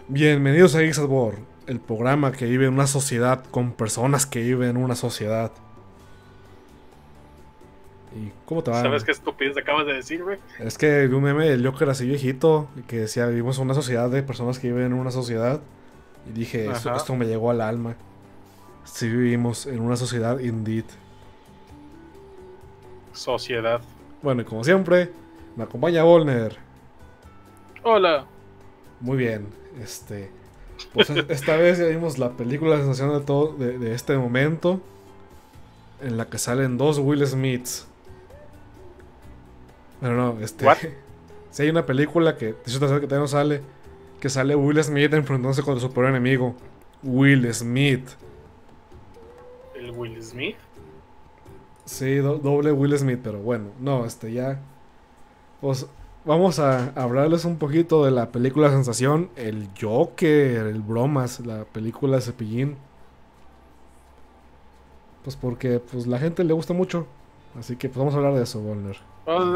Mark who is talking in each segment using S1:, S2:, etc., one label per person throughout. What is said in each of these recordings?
S1: Bienvenidos a Geeks at War, el programa que vive en una sociedad con personas que viven en una sociedad. ¿Y cómo te va?
S2: ¿Sabes qué estupidez acabas de decir, güey?
S1: Es que vi un meme del Joker así viejito que decía, vivimos en una sociedad de personas que viven en una sociedad. Y dije,
S2: Ajá.
S1: esto me llegó al alma. Sí vivimos en una sociedad indeed.
S2: Sociedad.
S1: Bueno, y como siempre, me acompaña Volner.
S2: Hola.
S1: Muy bien, pues esta vez ya vimos la película sensación de todo de este momento, en la que salen dos Will Smiths. Pero no,
S2: ¿What?
S1: si hay una película que, de hecho, que todavía no sale, que sale Will Smith enfrentándose contra su peor enemigo, Will Smith.
S2: ¿El Will Smith?
S1: Sí, doble Will Smith, pero bueno, no, ya. Pues vamos a hablarles un poquito de la película sensación, el Joker, el Bromas, la película de Cepillín. Pues porque pues la gente le gusta mucho. Así que pues vamos a hablar de eso, Volner.
S2: Pues,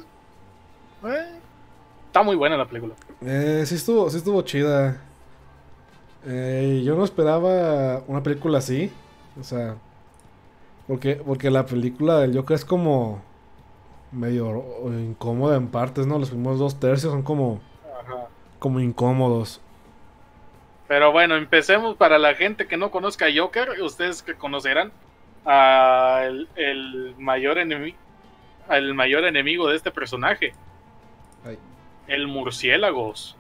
S2: está muy buena la película.
S1: Sí estuvo chida. Yo no esperaba una película así. O sea, porque la película del Joker es como medio incómoda en partes, ¿no? Los primeros dos tercios son
S2: Ajá.
S1: como incómodos.
S2: Pero bueno, empecemos para la gente que no conozca a Joker. Ustedes que conocerán el mayor enemigo de este personaje.
S1: Ay,
S2: El murciélagos.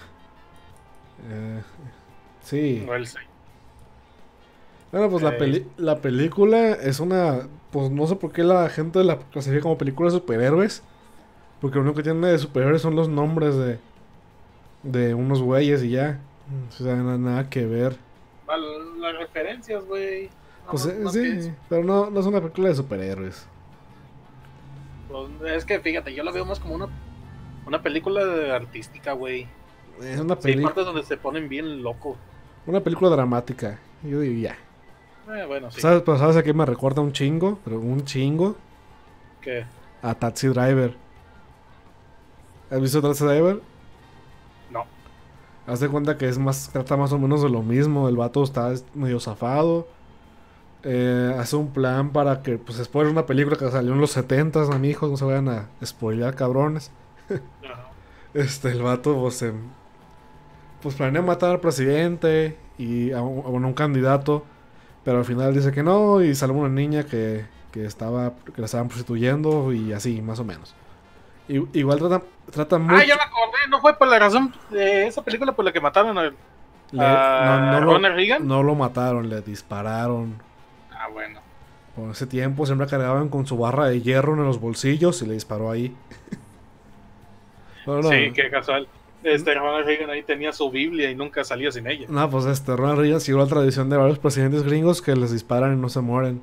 S1: eh, sí.
S2: O el,
S1: Bueno, pues
S2: eh,
S1: la película es una... Pues no sé por qué la gente la clasifica como película de superhéroes. Porque lo único que tiene de superhéroes son los nombres de unos güeyes y ya. O sea, nada que ver.
S2: las referencias, güey.
S1: Pues
S2: No más que eso.
S1: sí, pero no es una película de superhéroes.
S2: Pues, es que fíjate, yo la veo más como una película artística, güey.
S1: Es
S2: Sí, hay partes donde se ponen bien locos.
S1: una película dramática, yo diría.
S2: Bueno, sí.
S1: ¿Sabes? Pero ¿sabes a qué me recuerda un chingo? Pero un chingo.
S2: Que
S1: A Taxi Driver. ¿Has visto Taxi Driver?
S2: no.
S1: Haz de cuenta que trata más o menos de lo mismo. El vato está medio zafado. Hace un plan para que, pues, después de una película que salió en los 70s, amigos, no se vayan a spoilear, cabrones.
S2: Ajá.
S1: El vato, pues planea matar al presidente y a un candidato, pero al final dice que no y sale una niña que la estaban prostituyendo y así, más o menos. Igual trata
S2: Ya
S1: mucho.
S2: me acordé, no fue por la razón de esa película por la que mataron
S1: No,
S2: a Ronald Reagan.
S1: no lo mataron, le dispararon.
S2: Bueno.
S1: Por ese tiempo siempre cargaban con su barra de hierro en los bolsillos y le disparó ahí. Pero
S2: Sí,
S1: no,
S2: qué casual. Ronald Reagan ahí tenía su Biblia y nunca salía sin ella.
S1: no, pues Ronald Reagan siguió la tradición de varios presidentes gringos que les disparan y no se mueren.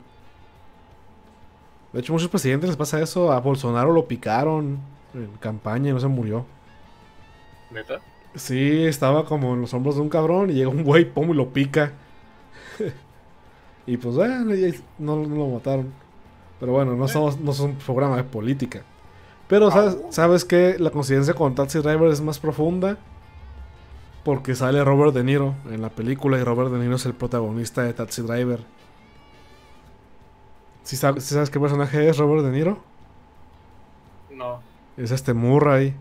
S1: De hecho, muchos presidentes les pasa eso. A Bolsonaro lo picaron en campaña y no se murió.
S2: ¿Neta?
S1: Sí, estaba como en los hombros de un cabrón y llega un güey, pum, y lo pica. Y pues, no lo mataron. Pero bueno, no es un programa de política. Pero,
S2: Au.
S1: ¿sabes qué? La coincidencia con Taxi Driver es más profunda. Porque sale Robert De Niro en la película y Robert De Niro es el protagonista de Taxi Driver. ¿Sí sabes qué personaje es Robert De Niro?
S2: No.
S1: Es Murray,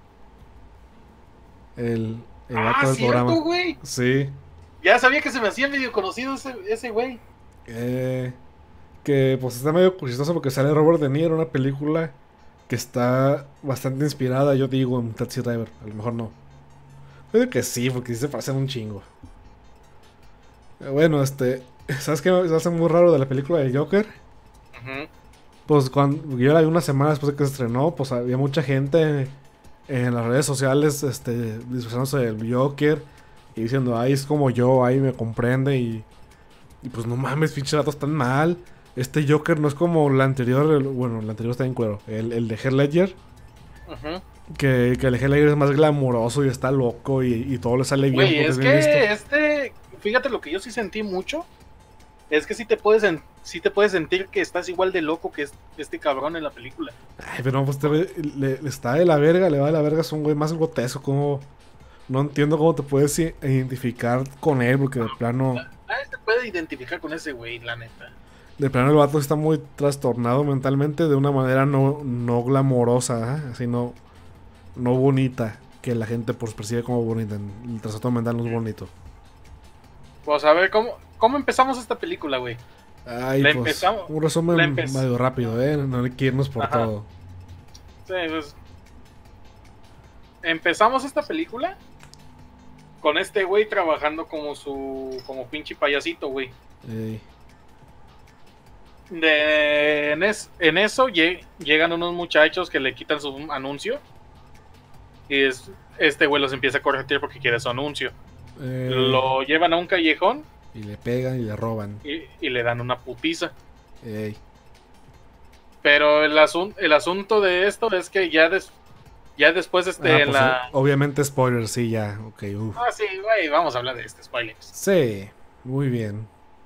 S1: el vato del programa.
S2: Cierto, güey.
S1: Sí.
S2: Ya sabía que se me hacía medio conocido ese güey.
S1: Eh, que pues está medio chistoso porque sale Robert De Niro en una película que está bastante inspirada, yo digo, en Taxi Driver. A lo mejor no. Yo digo que sí, porque sí se parecen un chingo. Bueno, ¿sabes qué me hace muy raro de la película de Joker?
S2: Ujú.
S1: Pues cuando yo la vi una semana después de que se estrenó, pues había mucha gente en las redes sociales, disfrazándose del Joker y diciendo, ay, es como yo, ay, me comprende y pues no mames, pinche datos tan mal. Este Joker no es como el anterior, bueno, el anterior está en cuero, el de Heath Ledger,
S2: Ujú.
S1: que el Heath Ledger es más glamuroso y está loco y todo le sale bien
S2: Güey,
S1: porque es
S2: es
S1: bien listo.
S2: que fíjate lo que yo sí sentí mucho. Es que sí te puedes sentir que estás igual de loco que este cabrón en la película.
S1: Ay, pero no, pues le está de la verga, le va de la verga, es un güey más grotesco, no entiendo cómo te puedes identificar con él, porque de plano...
S2: Nadie se puede identificar con ese güey, la neta.
S1: De plano el vato está muy trastornado mentalmente de una manera no glamorosa, ¿eh? Así no bonita, que la gente pues percibe como bonita. El trastorno mental no es bonito.
S2: Pues a ver, ¿cómo empezamos esta película, güey?
S1: Ay, pues, un resumen medio rápido, ¿eh? No hay que irnos por todo.
S2: Sí, pues... Empezamos esta película con este güey trabajando como pinche payasito, güey. En eso llegan unos muchachos que le quitan su anuncio. Y este güey los empieza a corregir porque quiere su anuncio. Lo llevan a un callejón.
S1: Y le pegan y le roban.
S2: Y le dan una putiza. Pero el asunto de esto es que ya después
S1: pues, obviamente spoilers, sí, ya. Okay,
S2: sí, güey, vamos a hablar de spoilers.
S1: Sí, muy bien.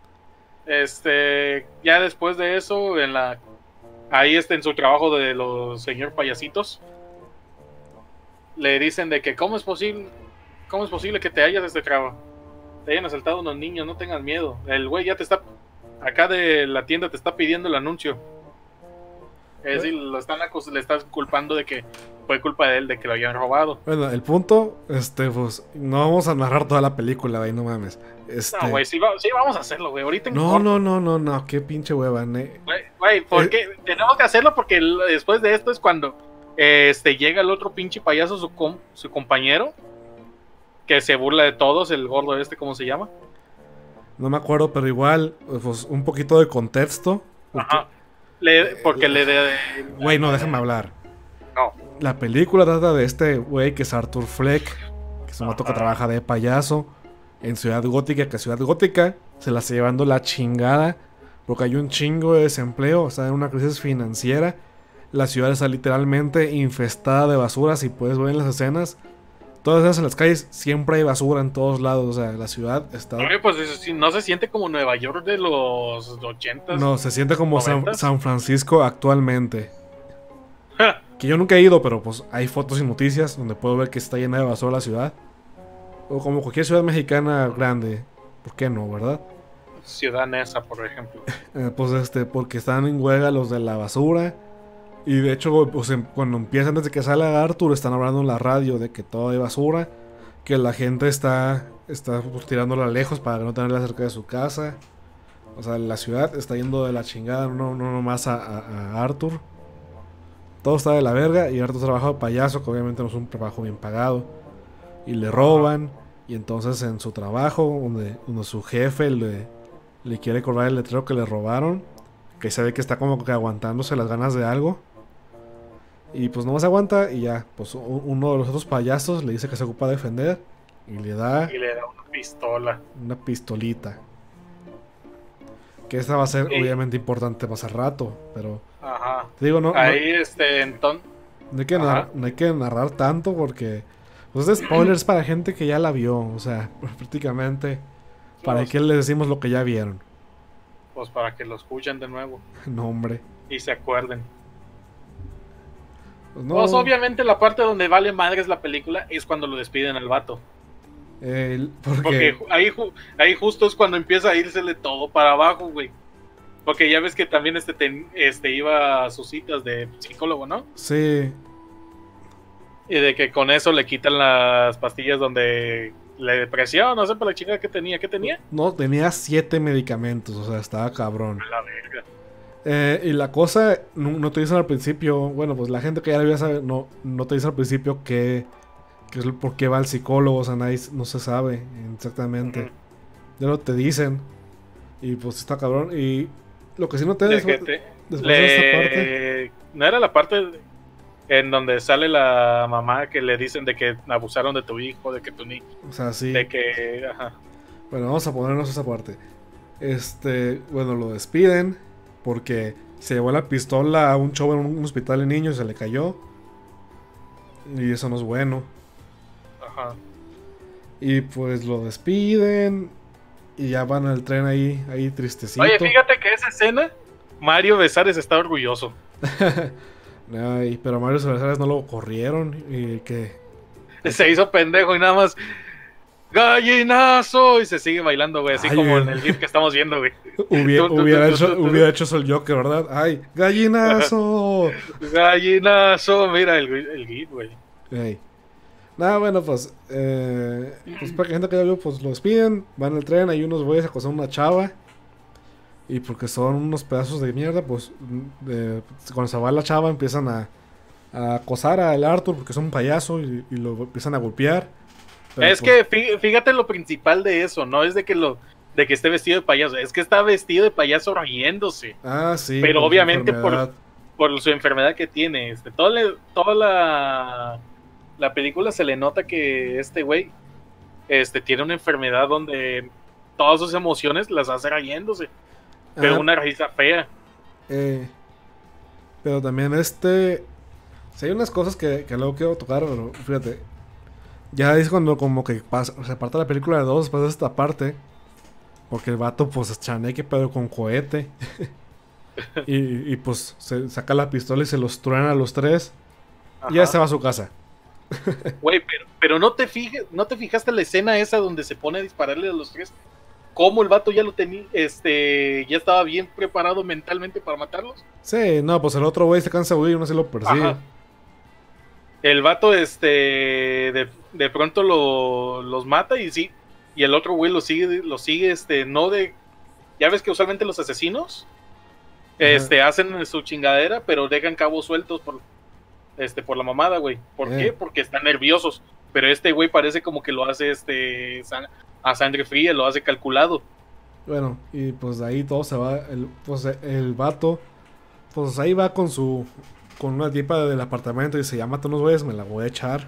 S2: Ya después de eso, ahí en su trabajo de los señor payasitos, le dicen de que ¿cómo es posible que te hayan asaltado unos niños? No tengas miedo. El güey ya acá de la tienda te está pidiendo el anuncio. Es decir, le están culpando de que fue culpa de él, de que lo habían robado.
S1: Bueno, el punto, pues, no vamos a narrar toda la película, güey, no mames.
S2: No, güey, sí vamos a hacerlo, güey, ahorita en
S1: No, qué pinche hueva,
S2: Güey, ¿por qué? Tenemos que hacerlo porque después de esto es cuando llega el otro pinche payaso, su compañero, que se burla de todos, el gordo ¿cómo se llama?
S1: No me acuerdo, pero igual, pues, un poquito de contexto.
S2: Ajá.
S1: Güey, no, déjame hablar.
S2: No.
S1: La película trata de este güey que es Arthur Fleck, que es un vato que trabaja de payaso en Ciudad Gótica, que Ciudad Gótica se la está llevando la chingada porque hay un chingo de desempleo, está en una crisis financiera. La ciudad está literalmente infestada de basura, si puedes ver en las escenas. Todas esas en las calles siempre hay basura en todos lados, o sea, la ciudad está...
S2: Oye, pues no se siente como Nueva York de los 80s.
S1: No, se siente como San Francisco actualmente. Que yo nunca he ido, pero pues hay fotos y noticias donde puedo ver que está llena de basura la ciudad. O como cualquier ciudad mexicana grande. ¿Por qué no, verdad?
S2: Ciudad Neza, por ejemplo.
S1: Pues porque están en huelga los de la basura. Y de hecho, pues, cuando empieza, antes de que salga Arthur, están hablando en la radio de que todo hay basura, que la gente está pues, tirándola lejos para no tenerla cerca de su casa. O sea, la ciudad está yendo de la chingada, no nomás a Arthur. Todo está de la verga y Arthur trabaja de payaso, que obviamente no es un trabajo bien pagado. Y le roban, y entonces en su trabajo, donde su jefe le quiere cobrar el letrero que le robaron, que se ve que está como que aguantándose las ganas de algo. Y pues no se aguanta y ya, pues uno de los otros payasos le dice que se ocupa de defender y le da
S2: una pistola.
S1: Una pistolita. Que esta va a ser obviamente importante más al rato, pero...
S2: Ajá.
S1: Te digo, no...
S2: Ahí
S1: no hay que narrar tanto porque... Pues es spoilers para gente que ya la vio, o sea, prácticamente... ¿Para qué les decimos lo que ya vieron?
S2: Pues para que lo escuchen de nuevo.
S1: No, hombre.
S2: Y se acuerden.
S1: Pues
S2: obviamente la parte donde vale madres la película es cuando lo despiden al vato. Porque ahí justo es cuando empieza a írsele todo para abajo, güey. Porque ya ves que también iba a sus citas de psicólogo, ¿no?
S1: Sí.
S2: Y de que con eso le quitan las pastillas donde la depresión, no sé por la chica que tenía. ¿Qué tenía?
S1: No, tenía 7 medicamentos, o sea, estaba cabrón.
S2: A la verga.
S1: Y la cosa, no te dicen al principio, bueno, pues la gente que ya debía saber, no te dice al principio que es por qué va al psicólogo, o sea, nadie, no se sabe exactamente. Ya lo te dicen. Y pues está cabrón. Y lo que sí no te después de esta parte.
S2: ¿No era la parte en donde sale la mamá que le dicen de que abusaron de tu hijo, de que tu niño?
S1: O sea, sí.
S2: De que, ajá.
S1: Bueno, vamos a ponernos esa parte. Bueno, lo despiden porque se llevó la pistola a un show en un hospital de niños y se le cayó. Y eso no es bueno.
S2: Ajá.
S1: Y pues lo despiden y ya van al tren ahí tristecito.
S2: Oye, fíjate que esa escena Mario Besares está orgulloso.
S1: Ay, pero Mario Besares no lo corrieron y que...
S2: Se hizo pendejo y nada más. ¡Gallinazo! Y se sigue bailando, güey. Así
S1: Ay,
S2: como
S1: güey.
S2: en el GIF que estamos viendo, güey.
S1: Hubiera hecho eso el Joker, ¿verdad? ¡Ay! ¡Gallinazo!
S2: Gallinazo. Mira el GIF, güey.
S1: Ey. Nada, bueno, pues para que gente que ya vio, pues los piden, van al tren, hay unos güeyes a acosar a una chava. Y porque son unos pedazos de mierda, pues cuando se va la chava empiezan a acosar al Arthur porque es un payaso y lo empiezan a golpear. Pero,
S2: Es
S1: pues,
S2: que fíjate lo principal de eso, no es de que esté vestido de payaso, es que está vestido de payaso riéndose.
S1: sí.
S2: Pero
S1: por su
S2: obviamente
S1: enfermedad.
S2: por su enfermedad que tiene. Toda la película se le nota que este güey tiene una enfermedad donde todas sus emociones las hace riéndose. Pero una risa fea.
S1: Pero también si hay unas cosas que luego quiero tocar, pero fíjate. Ya es cuando como que se parte la película de dos después de esta parte. Porque el vato pues es chaneque pero con cohete. y pues se saca la pistola y se los truena a los tres.
S2: Ajá.
S1: Y ya se va a su casa.
S2: Güey, pero no te fijaste la escena esa donde se pone a dispararle a los tres. ¿Cómo el vato ya lo tenía, ya estaba bien preparado mentalmente para matarlos?
S1: Sí, no, pues el otro güey se cansa de huir y uno se lo persigue.
S2: Ajá. El vato, de pronto los mata y sí. Y el otro güey lo sigue, no de... Ya ves que usualmente los asesinos, hacen su chingadera, pero dejan cabos sueltos por la mamada, güey. ¿Por qué? Porque están nerviosos. Pero este güey parece como que lo hace, a sangre fría, lo hace calculado.
S1: Bueno, y pues de ahí todo se va, el vato, pues ahí va con una tipa del apartamento y dice, ya mata unos güeyes, me la voy a echar.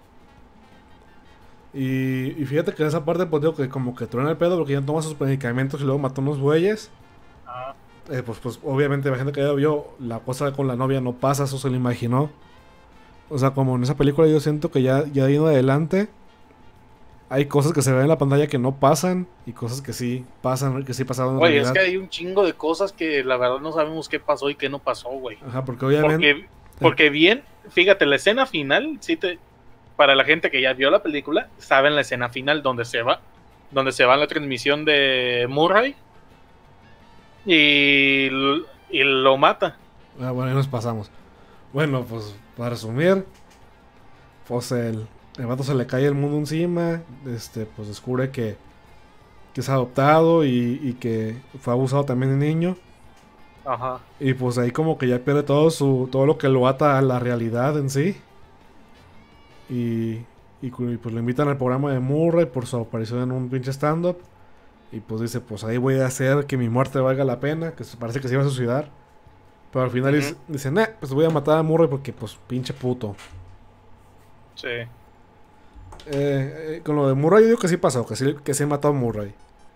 S1: Y fíjate que en esa parte pues digo que como que truena el pedo porque ya toma sus medicamentos y luego mató unos güeyes. Pues obviamente la gente que ya vio la cosa con la novia no pasa, eso se lo imaginó. O sea, como en esa película yo siento que ya de ahí en adelante hay cosas que se ven en la pantalla que no pasan y cosas que sí pasan, que sí pasaron en
S2: realidad.
S1: Oye,
S2: es que hay un chingo de cosas que la verdad no sabemos qué pasó y qué no pasó, güey.
S1: Ajá, porque obviamente...
S2: Porque bien, fíjate, la escena final, para la gente que ya vio la película, saben la escena final donde se va en la transmisión de Murray y lo mata.
S1: Bueno, ahí nos pasamos. Bueno, pues para resumir, pues el vato se le cae el mundo encima, pues descubre que es adoptado y que fue abusado también de niño.
S2: Ajá.
S1: Y pues ahí como que ya pierde todo lo que lo ata a la realidad en sí. Y pues lo invitan al programa de Murray por su aparición en un pinche stand-up. Y pues dice, pues ahí voy a hacer que mi muerte valga la pena, que parece que se iba a suicidar. Pero al final dice, pues voy a matar a Murray porque pues pinche puto.
S2: Sí.
S1: Con lo de Murray yo digo que sí pasó, que sí mató a Murray.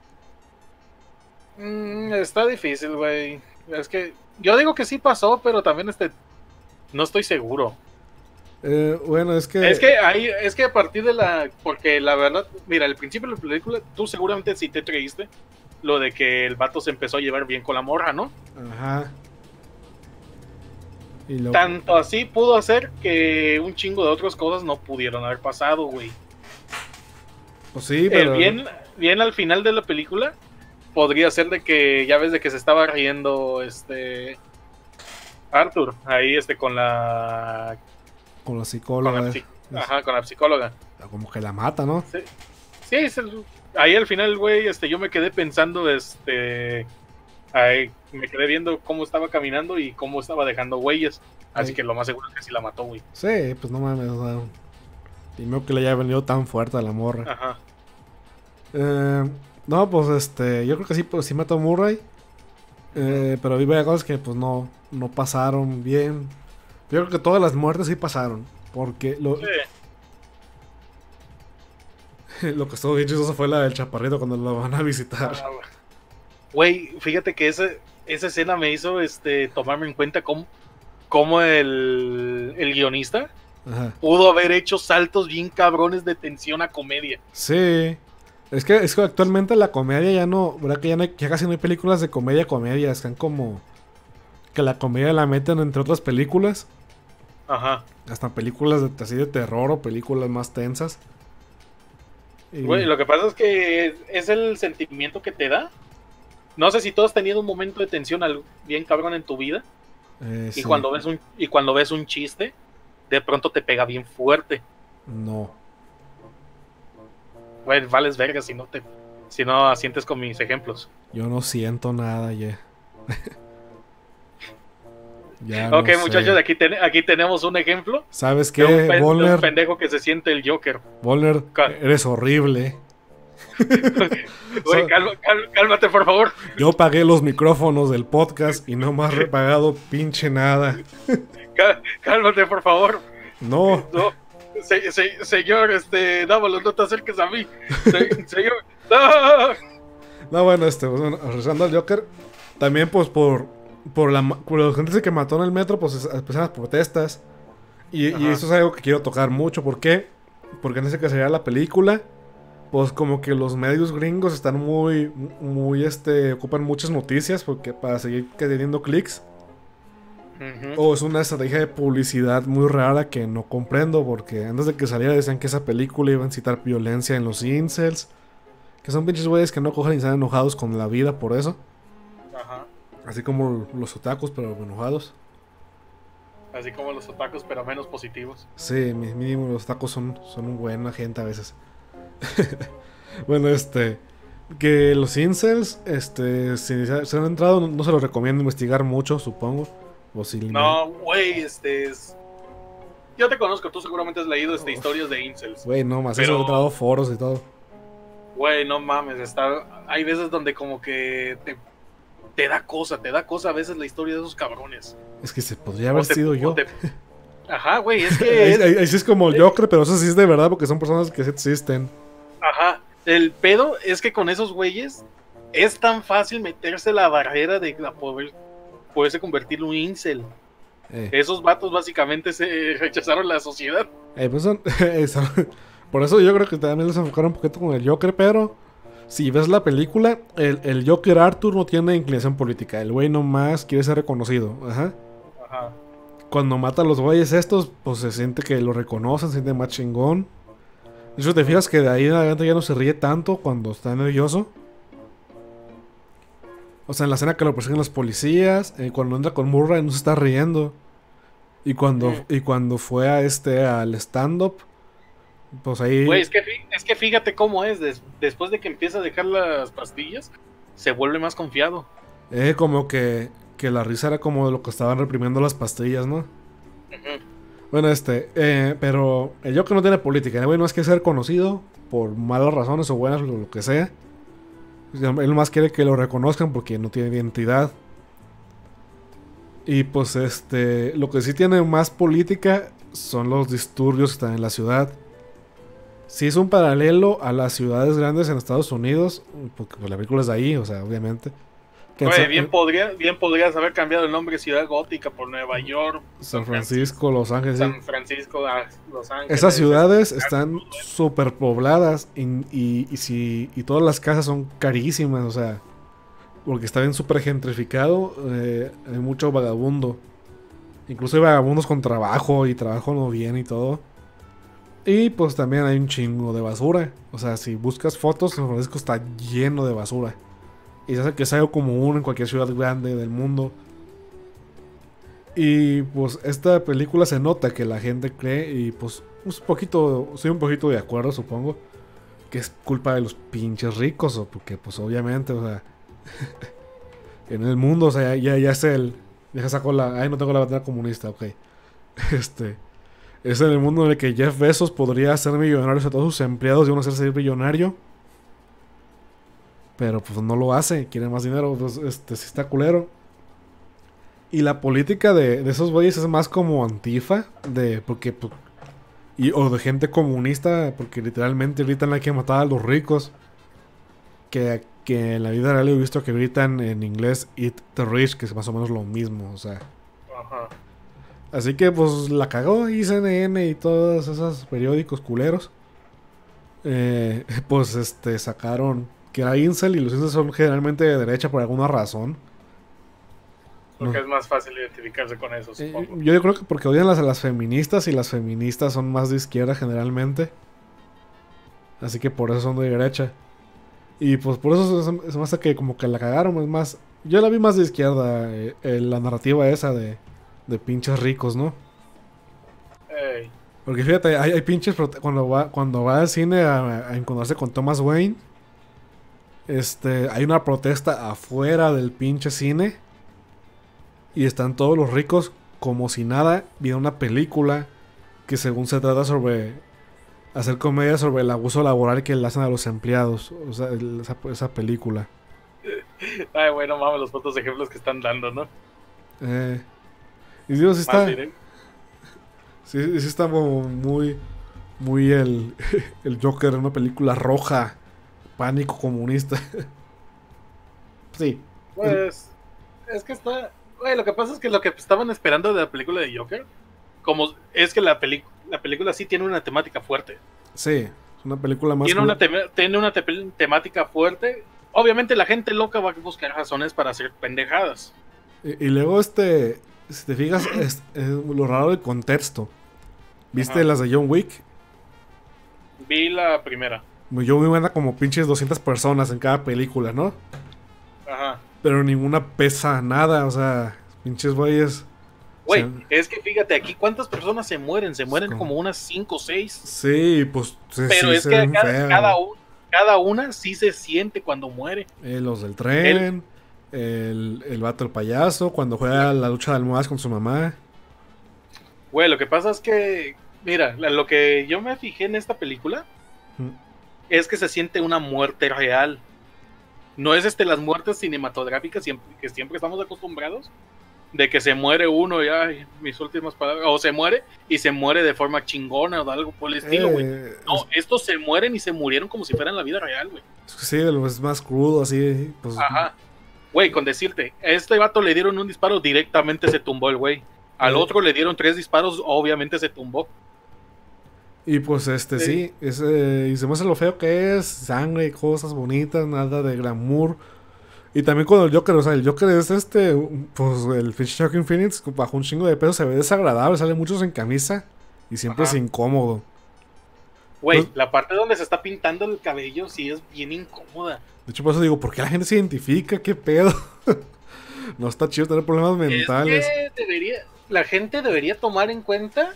S2: Está difícil, güey. Es que yo digo que sí pasó, pero también no estoy seguro.
S1: Bueno, es que
S2: a partir de porque la verdad, mira, al principio de la película, tú seguramente sí te creíste lo de que el vato se empezó a llevar bien con la morra, ¿no?
S1: Ajá.
S2: Tanto así pudo hacer que un chingo de otras cosas no pudieron haber pasado, güey.
S1: Pues sí, pero...
S2: bien al final de la película podría ser de que, ya ves, de que se estaba riendo Arthur, ahí con la
S1: psicóloga.
S2: Con la psicóloga.
S1: Como que la mata, ¿no?
S2: Sí, ahí al final, güey, yo me quedé pensando, ahí me quedé viendo cómo estaba caminando y cómo estaba dejando huellas. Así que lo más seguro es que sí la mató, güey.
S1: Sí, pues no mames, o sea, primero que le haya venido tan fuerte a la morra.
S2: Ajá.
S1: No, pues yo creo que sí, pues sí mató a Murray. Pero vi varias cosas que pues no pasaron bien. Yo creo que todas las muertes sí pasaron. Porque lo que estuvo bien chistoso fue la del chaparrito cuando lo van a visitar.
S2: Güey, fíjate que esa escena me hizo tomarme en cuenta cómo el guionista pudo haber hecho saltos bien cabrones de tensión a comedia.
S1: Sí. Es que actualmente la comedia ya no... ¿Verdad que ya casi no hay películas de comedia? Están como... Que la comedia la meten entre otras películas.
S2: Ajá.
S1: Hasta películas así de terror o películas más tensas.
S2: Güey, lo que pasa es que es el sentimiento que te da. No sé si tú has tenido un momento de tensión bien cabrón en tu vida.
S1: Sí.
S2: Y cuando ves un chiste, de pronto te pega bien fuerte.
S1: No.
S2: Güey, vales verga si no asientes con mis ejemplos.
S1: Yo no siento nada ya. Ya
S2: Ok,
S1: no
S2: muchachos,
S1: sé.
S2: aquí tenemos un ejemplo
S1: ¿Sabes
S2: de
S1: qué,
S2: de un
S1: Volner?
S2: pendejo que se siente el Joker.
S1: Volner, eres horrible.
S2: Güey, cálmate, por favor.
S1: Yo pagué los micrófonos del podcast y no me has repagado pinche nada.
S2: Cálmate, por favor.
S1: No.
S2: No. Señor, Dávalos, no te acerques a mí. Señor. ¡No!
S1: No, bueno, bueno, regresando al Joker. También, pues, por la gente que mató en el metro, pues, empezaron las protestas. Y eso es algo que quiero tocar mucho. ¿Por qué? Porque antes de que saliera la película, pues, como que los medios gringos están muy, ocupan muchas noticias porque para seguir teniendo clics. O es una estrategia de publicidad muy rara que no comprendo, porque antes de que saliera decían que esa película iba a incitar violencia en los incels, que son pinches güeyes que no cogen y están enojados con la vida por eso.
S2: Ajá.
S1: Así como los otakus, pero enojados.
S2: Así como los otakus, pero menos positivos.
S1: Sí, mínimo los otakus son buena gente a veces. Bueno, que los incels, si se han entrado, no se los recomiendo investigar mucho, supongo.
S2: No, güey, yo te conozco, tú seguramente has leído historias de incels.
S1: Güey, no, más eso he entrado foros y todo.
S2: Güey, no mames, hay veces donde como que te da cosa a veces la historia de esos cabrones.
S1: Es que se podría haber sido yo.
S2: Ajá, güey, es que...
S1: ahí sí es como el Joker, pero eso sí es de verdad porque son personas que sí existen.
S2: Ajá, el pedo es que con esos güeyes es tan fácil meterse la barrera de poderse convertir en un incel. Esos vatos básicamente se rechazaron la sociedad.
S1: Pues por eso yo creo que también les enfocaron un poquito con el Joker, pero si ves la película, el Joker Arthur no tiene inclinación política. El güey nomás quiere ser reconocido. Ajá. Cuando mata a los güeyes estos, pues se siente que lo reconocen, se siente más chingón. De hecho, te fijas que de ahí en adelante ya no se ríe tanto cuando está nervioso. O sea, en la escena que lo persiguen los policías, cuando entra con Murray no se está riendo. Y cuando fue al stand-up, pues ahí...
S2: Güey, es que fíjate cómo es. Después de que empieza a dejar las pastillas, se vuelve más confiado.
S1: Como que la risa era como de lo que estaban reprimiendo las pastillas, ¿no? Bueno, pero el Joker no tiene política. El güey no es que ser conocido por malas razones o buenas, lo que sea. Él más quiere que lo reconozcan porque no tiene identidad. Y pues lo que sí tiene más política son los disturbios que están en la ciudad. Sí es un paralelo a las ciudades grandes en Estados Unidos, porque pues, la película es de ahí, o sea, obviamente.
S2: Güey, bien podrías haber cambiado el nombre Ciudad Gótica por Nueva York,
S1: San Francisco, Los Ángeles.
S2: San Francisco, Los Ángeles.
S1: Esas ciudades están súper pobladas y todas las casas son carísimas, o sea, porque está bien súper gentrificado, hay mucho vagabundo. Incluso hay vagabundos con trabajo y trabajo no bien y todo. Y pues también hay un chingo de basura. O sea, si buscas fotos, San Francisco está lleno de basura. Y se hace que es algo común en cualquier ciudad grande del mundo. Y pues esta película se nota que la gente cree, y pues soy un poquito de acuerdo, supongo, que es culpa de los pinches ricos, o porque pues obviamente, o sea, en el mundo, o sea, ya es ya sacó no tengo la bandera comunista, ok. Es en el mundo en el que Jeff Bezos podría hacer millonarios a todos sus empleados y uno hacerse millonario. Pero pues no lo hace, quiere más dinero, pues sí está culero. Y la política de esos güeyes es más como antifa, porque pues, o de gente comunista, porque literalmente gritan hay que matar a los ricos. Que en la vida real he visto que gritan en inglés eat the rich, que es más o menos lo mismo, o sea.
S2: Ajá.
S1: Así que pues la cagó y CNN y todos esos periódicos culeros. Pues sacaron que era incel, y los incels son generalmente de derecha por alguna razón.
S2: Porque es más fácil identificarse con eso, supongo.
S1: Yo creo que porque odian a las feministas y las feministas son más de izquierda generalmente. Así que por eso son de derecha. Y pues por eso se me hace que como que la cagaron. Es más, yo la vi más de izquierda, la narrativa esa de pinches ricos, ¿no?
S2: Ey.
S1: Porque fíjate, hay pinches cuando va al cine a encontrarse con Thomas Wayne. Hay una protesta afuera del pinche cine. Y están todos los ricos como si nada. Viene una película que según se trata sobre hacer comedia sobre el abuso laboral que le hacen a los empleados. O sea, esa película.
S2: Ay, bueno, mames, los otros ejemplos que están dando, ¿no?
S1: Y digo, sí está. Sí está como muy el Joker en una película roja. Pánico comunista. Sí.
S2: Pues, es que está... Güey, lo que pasa es que lo que estaban esperando de la película de Joker, como es que la película sí tiene una temática fuerte.
S1: Sí, es una película más...
S2: Tiene una temática fuerte. Obviamente la gente loca va a buscar razones para hacer pendejadas.
S1: Y luego si te fijas, es lo raro del contexto. ¿Viste las de John Wick?
S2: Vi la primera.
S1: John Wick anda como pinches 200 personas en cada película, ¿no?
S2: Ajá.
S1: Pero ninguna pesa nada, o sea, pinches güeyes.
S2: Güey, o sea, es que fíjate aquí cuántas personas se mueren como unas 5 o 6.
S1: Sí, pues
S2: pero
S1: sí,
S2: es que cada una sí se siente cuando muere.
S1: Los del tren, el vato del payaso, cuando juega la lucha de almohadas con su mamá.
S2: Güey, lo que pasa es que, mira, lo que yo me fijé en esta película es que se siente una muerte real. No es las muertes cinematográficas que siempre estamos acostumbrados, de que se muere uno y ay, mis últimas palabras, o se muere y se muere de forma chingona o de algo por el estilo, güey. No, estos se mueren y se murieron como si fueran la vida real, güey.
S1: Sí, es más crudo, así, pues.
S2: Ajá. Güey, con decirte, a este vato le dieron un disparo, directamente se tumbó el güey. Al otro le dieron 3 disparos, obviamente se tumbó.
S1: Y pues sí, y se me hace lo feo que es, sangre, cosas bonitas, nada de glamour. Y también con el Joker, o sea, el Joker es pues el Joaquin Phoenix bajo un chingo de peso, se ve desagradable, sale mucho sin camisa y siempre es incómodo.
S2: Güey, pues, la parte donde se está pintando el cabello sí es bien incómoda.
S1: De hecho, por eso digo, ¿por qué la gente se identifica? ¿Qué pedo? No está chido tener problemas mentales.
S2: Es que la gente debería tomar en cuenta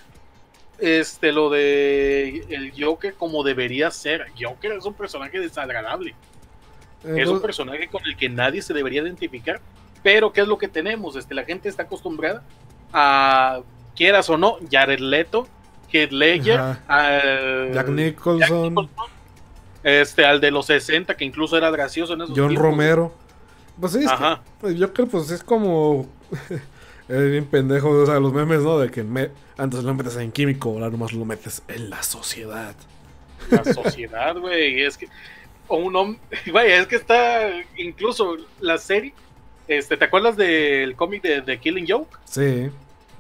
S2: lo de el Joker como debería ser. Joker es un personaje desagradable. Es un personaje con el que nadie se debería identificar. Pero ¿qué es lo que tenemos? La gente está acostumbrada a, quieras o no, Jared Leto, Heath Ledger,
S1: Jack Nicholson,
S2: al de los 60, que incluso era gracioso en esos
S1: John
S2: tiempos.
S1: Romero. Pues sí, el Joker pues es como... es bien pendejo, o sea, los memes, ¿no? De que antes lo metes en químico, ahora nomás lo metes en la sociedad.
S2: La sociedad, güey, es que... vaya, es que está incluso la serie. ¿Te acuerdas del cómic de Killing Joke?
S1: Sí.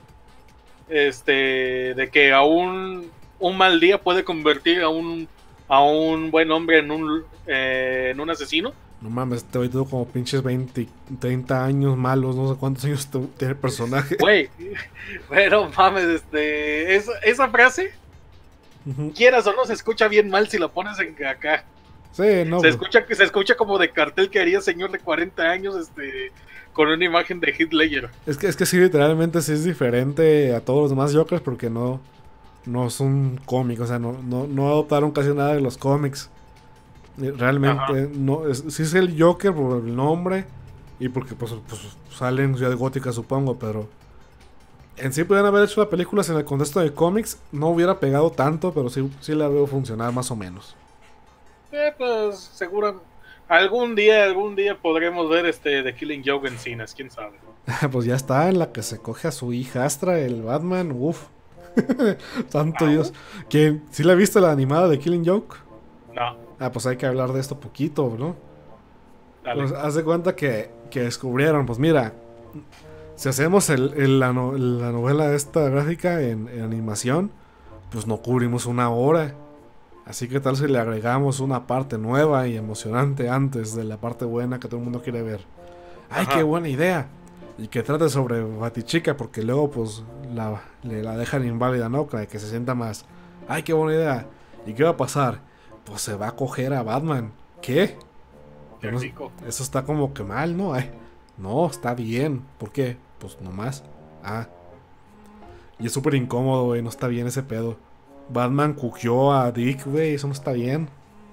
S2: De que a un mal día puede convertir a un buen hombre en un asesino.
S1: No mames, te voy todo como pinches 20, 30 años malos, no sé cuántos años tiene el personaje.
S2: Güey, pero mames, esa frase, quieras o no, se escucha bien mal si la pones en acá.
S1: Sí, no.
S2: Se escucha como de cartel que haría señor de 40 años, con una imagen de Heath Ledger.
S1: Es que sí, literalmente sí es diferente a todos los demás Jokers porque no es un cómic, o sea, no adoptaron casi nada de los cómics. Realmente, sí es el Joker por el nombre y porque pues sale en Ciudad Gótica, supongo, pero en sí podrían haber hecho las películas en el contexto de cómics, no hubiera pegado tanto, pero sí la veo funcionar más o menos.
S2: Pues seguro algún día podremos ver The Killing Joke en cines, quién sabe, ¿no?
S1: Pues ya está, en la que se coge a su hijastra, el Batman, uff. Santo Dios. ¿Sí la viste la animada de Killing Joke?
S2: No.
S1: Pues hay que hablar de esto poquito, ¿no?
S2: Dale.
S1: Pues haz de cuenta que descubrieron, pues mira, si hacemos la novela esta gráfica en animación, pues no cubrimos 1 hora. Así que tal si le agregamos una parte nueva y emocionante antes de la parte buena que todo el mundo quiere ver. ¡Ay, qué buena idea! Y que trate sobre Batichica, porque luego pues la dejan inválida, ¿no? Para que se sienta más. ¡Ay, qué buena idea! ¿Y qué va a pasar? Pues se va a coger a Batman. ¿Qué?
S2: Qué
S1: No,
S2: rico.
S1: eso está como que mal, ¿no? Ay, no, está bien. ¿Por qué? Pues nomás. Ah. Y es súper incómodo, güey. No está bien ese pedo. Batman cuquió a Dick, güey. Eso no está bien.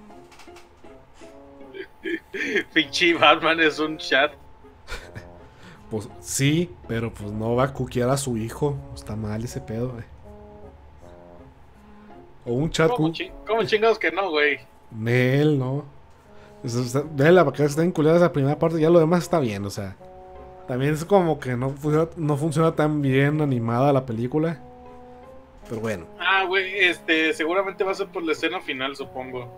S2: Pinche Batman es un chat.
S1: Pues sí, pero pues no va a cuquear a su hijo. Está mal ese pedo, güey. O un chat
S2: ¿Cómo chingados que no, güey?
S1: Nel, ¿no? Ve la vaca está vinculada a esa primera parte. Ya lo demás está bien, o sea. También es como que no funciona tan bien animada la película. Pero bueno.
S2: Ah, güey, seguramente va a ser por la escena final, supongo.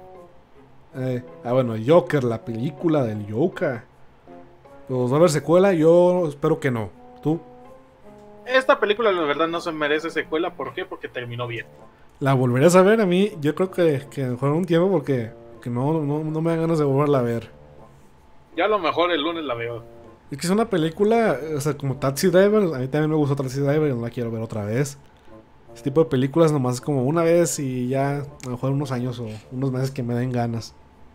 S1: Bueno, Joker, la película del Joker. Pues va a haber secuela, yo espero que no. ¿Tú?
S2: Esta película, la verdad, no se merece secuela. ¿Por qué? Porque terminó bien.
S1: ¿La volverás a ver? A mí, yo creo que mejor un tiempo porque no me dan ganas de volverla a ver.
S2: Ya a lo mejor el lunes la veo.
S1: Es que es una película, o sea, como Taxi Driver. A mí también me gustó Taxi Driver y no la quiero ver otra vez. Este tipo de películas nomás es como una vez y ya a lo mejor unos años o unos meses que me den ganas.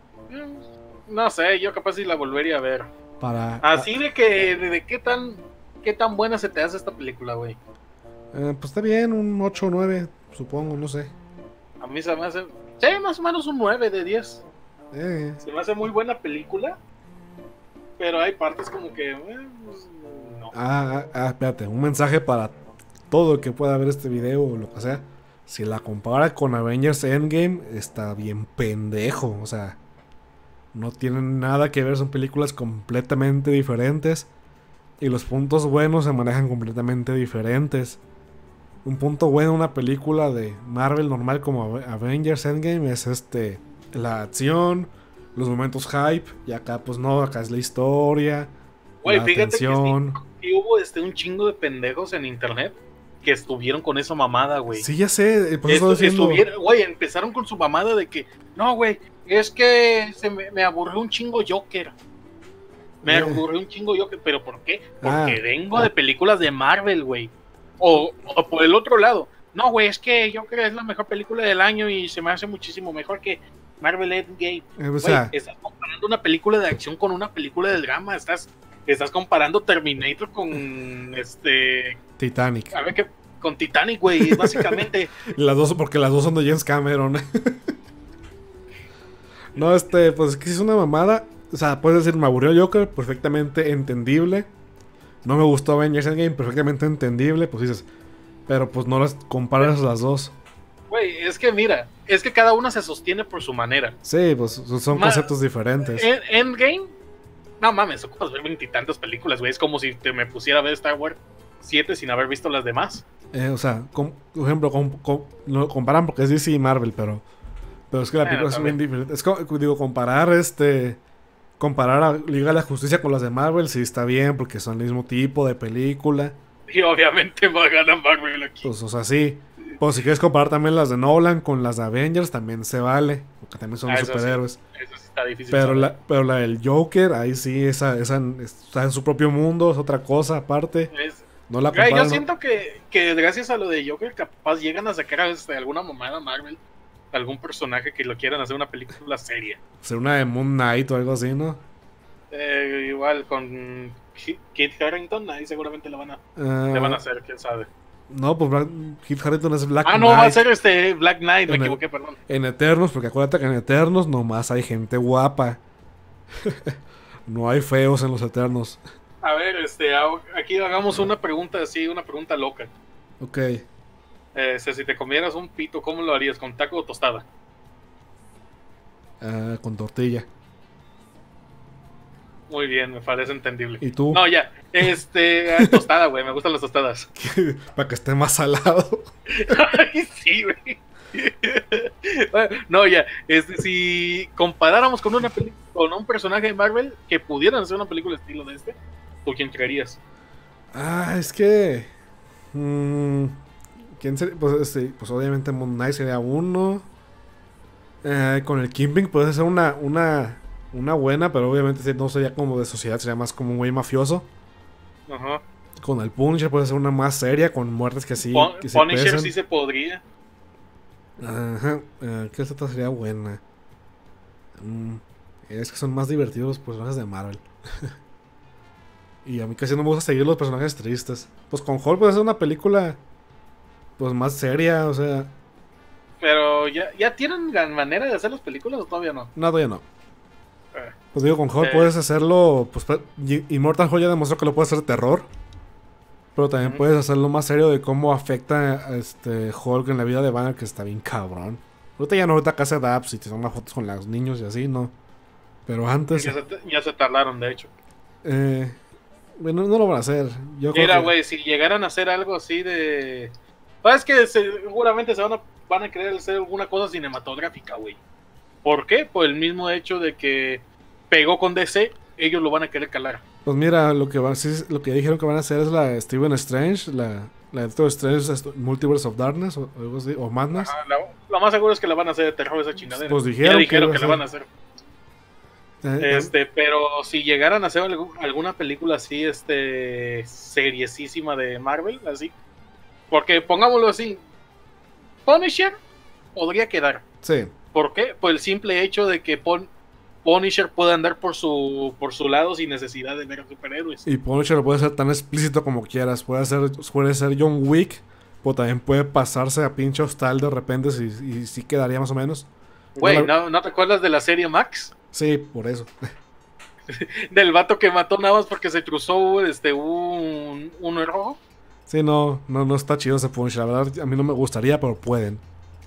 S2: No sé, yo capaz si la volvería a ver. Así de qué tan buena se te hace esta película, güey.
S1: Pues está bien, un 8 o 9, supongo, no sé.
S2: A mí se me hace, sí, más o menos un 9 de 10. Se me hace muy buena película. Pero hay partes como que pues, no.
S1: Espérate, un mensaje para todo el que pueda ver este video o lo que sea. Si la compara con Avengers Endgame, está bien pendejo. O sea, no tienen nada que ver, son películas completamente diferentes. Y los puntos buenos se manejan completamente diferentes. Un punto bueno en una película de Marvel normal como Avengers Endgame es la acción, los momentos hype. Y acá pues no, acá es la historia.
S2: Güey, fíjate que sí hubo un chingo de pendejos en internet que estuvieron con esa mamada, güey.
S1: Sí, ya sé, por eso
S2: güey, empezaron con su mamada de que, no, güey, es que me aburrió un chingo Joker. Me aburrió un chingo Joker, ¿pero por qué? Porque vengo de películas de Marvel, güey. O por el otro lado, no, güey, es que Joker es la mejor película del año y se me hace muchísimo mejor que Marvel Endgame. Estás comparando una película de acción con una película de drama, estás comparando Terminator con
S1: Titanic.
S2: A ver, con Titanic, güey, básicamente.
S1: Porque las dos son de James Cameron. No, pues es que es una mamada. O sea, puedes decir, me aburrió Joker, perfectamente entendible. No me gustó Avengers Endgame, perfectamente entendible. Pues dices, pero pues no las comparas las dos.
S2: Güey, es que mira, es que cada una se sostiene por su manera.
S1: Sí, pues son conceptos diferentes.
S2: Endgame, no mames, ocupas ver veintitantas películas, güey. Es como si me pusiera a ver Star Wars 7 sin haber visto las demás.
S1: O sea, por ejemplo, lo comparan porque es DC y Marvel, pero es que la película es bien diferente. Es como, digo, comparar a Liga de la Justicia con las de Marvel, sí está bien, porque son el mismo tipo de película.
S2: Y obviamente va a ganar Marvel aquí.
S1: Pues, o sea, sí. Pues si quieres comparar también las de Nolan con las de Avengers, también se vale, porque también son superhéroes.
S2: Sí. Eso sí está difícil.
S1: Pero la del Joker, ahí sí, esa está en su propio mundo, es otra cosa aparte. No la comparan.
S2: Yo siento que gracias a lo de Joker, capaz llegan a sacar alguna mamada Marvel, algún personaje que lo quieran hacer una película seria.
S1: Ser una de Moon Knight o algo así, ¿no?
S2: Igual con Kit Harington, ahí seguramente le van a hacer, quién sabe.
S1: No, pues Kit Harington es Black Knight.
S2: No, va a ser Black Knight, me equivoqué, perdón.
S1: En Eternos, porque acuérdate que en Eternos nomás hay gente guapa. No hay feos en los Eternos.
S2: A ver, aquí hagamos una pregunta así, una pregunta loca.
S1: Ok.
S2: Si te comieras un pito, ¿cómo lo harías? ¿Con taco o tostada?
S1: Con tortilla.
S2: Muy bien, me parece entendible.
S1: ¿Y tú?
S2: No, ya. Tostada, güey, me gustan las tostadas.
S1: Para que esté más salado.
S2: Ay, sí, güey. No, ya. Si comparáramos con un personaje de Marvel que pudieran hacer una película estilo de ¿por quién creerías?
S1: Es que... ¿quién sería? Pues obviamente Moon Knight sería uno. Con el Kingpin puede ser una buena, pero obviamente no sería como de sociedad, sería más como un güey mafioso.
S2: Ajá.
S1: Con el Punisher puede ser una más seria, con muertes que sí, que sí
S2: Punisher
S1: pesan.
S2: sí se podría.
S1: Ajá. ¿Qué otra sería buena? Es que son más divertidos los personajes de Marvel. Y a mí casi no me gusta seguir los personajes tristes. Pues con Hulk puede ser una película pues más seria, o sea...
S2: Pero ya tienen la manera de hacer las películas o todavía no.
S1: No, todavía no.
S2: Eh,
S1: Pues digo, con Hulk puedes hacerlo... Pues, Immortal Hulk ya demostró que lo puede hacer terror. Pero también puedes hacerlo más serio de cómo afecta a Hulk en la vida de Banner, que está bien cabrón. Ahorita ya no, ahorita acá hace dabs y te toman fotos con los niños y así, ¿no? Pero antes...
S2: Ya se tardaron, de hecho.
S1: Bueno, no lo van a hacer.
S2: Mira, güey, si llegaran a hacer algo así de... ¿Sabes que seguramente van a querer hacer alguna cosa cinematográfica, güey? ¿Por qué? Por el mismo hecho de que pegó con DC, ellos lo van a querer calar.
S1: Pues mira, lo que dijeron que van a hacer es la Stephen Strange, la de Doctor Strange Multiverse of Darkness o algo así, o Madness.
S2: Ajá, lo más seguro es que la van a hacer de terror esa chingadera.
S1: Pues dijeron
S2: que la van a hacer. Pero si llegaran a hacer alguna película así, seriesísima de Marvel, así. Porque pongámoslo así, Punisher podría quedar.
S1: Sí.
S2: ¿Por qué? Por el simple hecho de que Punisher puede andar por su lado sin necesidad de ver a superhéroes.
S1: Y Punisher lo puede ser tan explícito como quieras. Puede ser John Wick, pero también puede pasarse a pinche hostal de repente y sí quedaría más o menos.
S2: Güey, ¿no te acuerdas de la serie Max?
S1: Sí, por eso.
S2: Del vato que mató nada más porque se cruzó un rojo.
S1: Sí, no está chido ese Punisher. La verdad, a mí no me gustaría, pero pueden.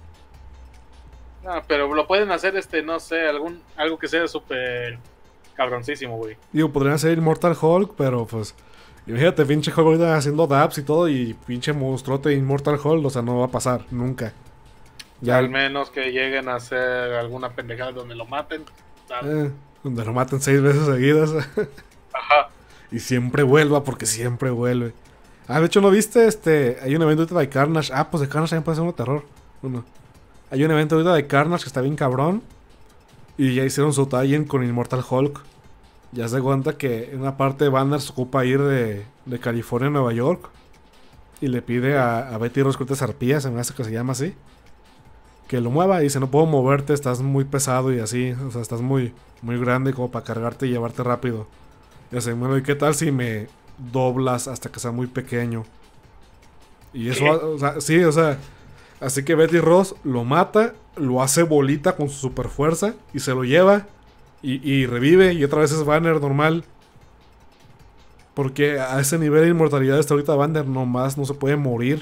S2: No, pero lo pueden hacer, no sé, algo que sea súper cabroncísimo, güey.
S1: Digo, podrían hacer Immortal Hulk, pero pues... Imagínate, pinche Hulk ahorita haciendo dabs y todo, y pinche monstruote Immortal Hulk, o sea, no va a pasar, nunca.
S2: Ya al menos que lleguen a hacer alguna pendejada donde lo maten.
S1: Donde lo maten 6 veces seguidas.
S2: Ajá.
S1: Y siempre vuelva, porque siempre vuelve. De hecho, ¿no viste? Hay un evento ahorita de Carnage. Pues de Carnage también puede ser un terror. Hay un evento ahorita de Carnage que está bien cabrón. Y ya hicieron su tie-in con Immortal Hulk. Ya se cuenta que en una parte Banner se ocupa ir de California a Nueva York. Y le pide a Betty Ross Cortes Arpías, se me hace que se llama así, que lo mueva. Y dice, no puedo moverte, estás muy pesado y así. O sea, estás muy, muy grande como para cargarte y llevarte rápido. Y dice, bueno, ¿y qué tal si me doblas hasta que sea muy pequeño? Y eso, o sea, sí, o sea... Así que Betty Ross lo mata, lo hace bolita con su super fuerza y se lo lleva y revive y otra vez es Banner normal. Porque a ese nivel de inmortalidad está ahorita Banner, nomás no se puede morir.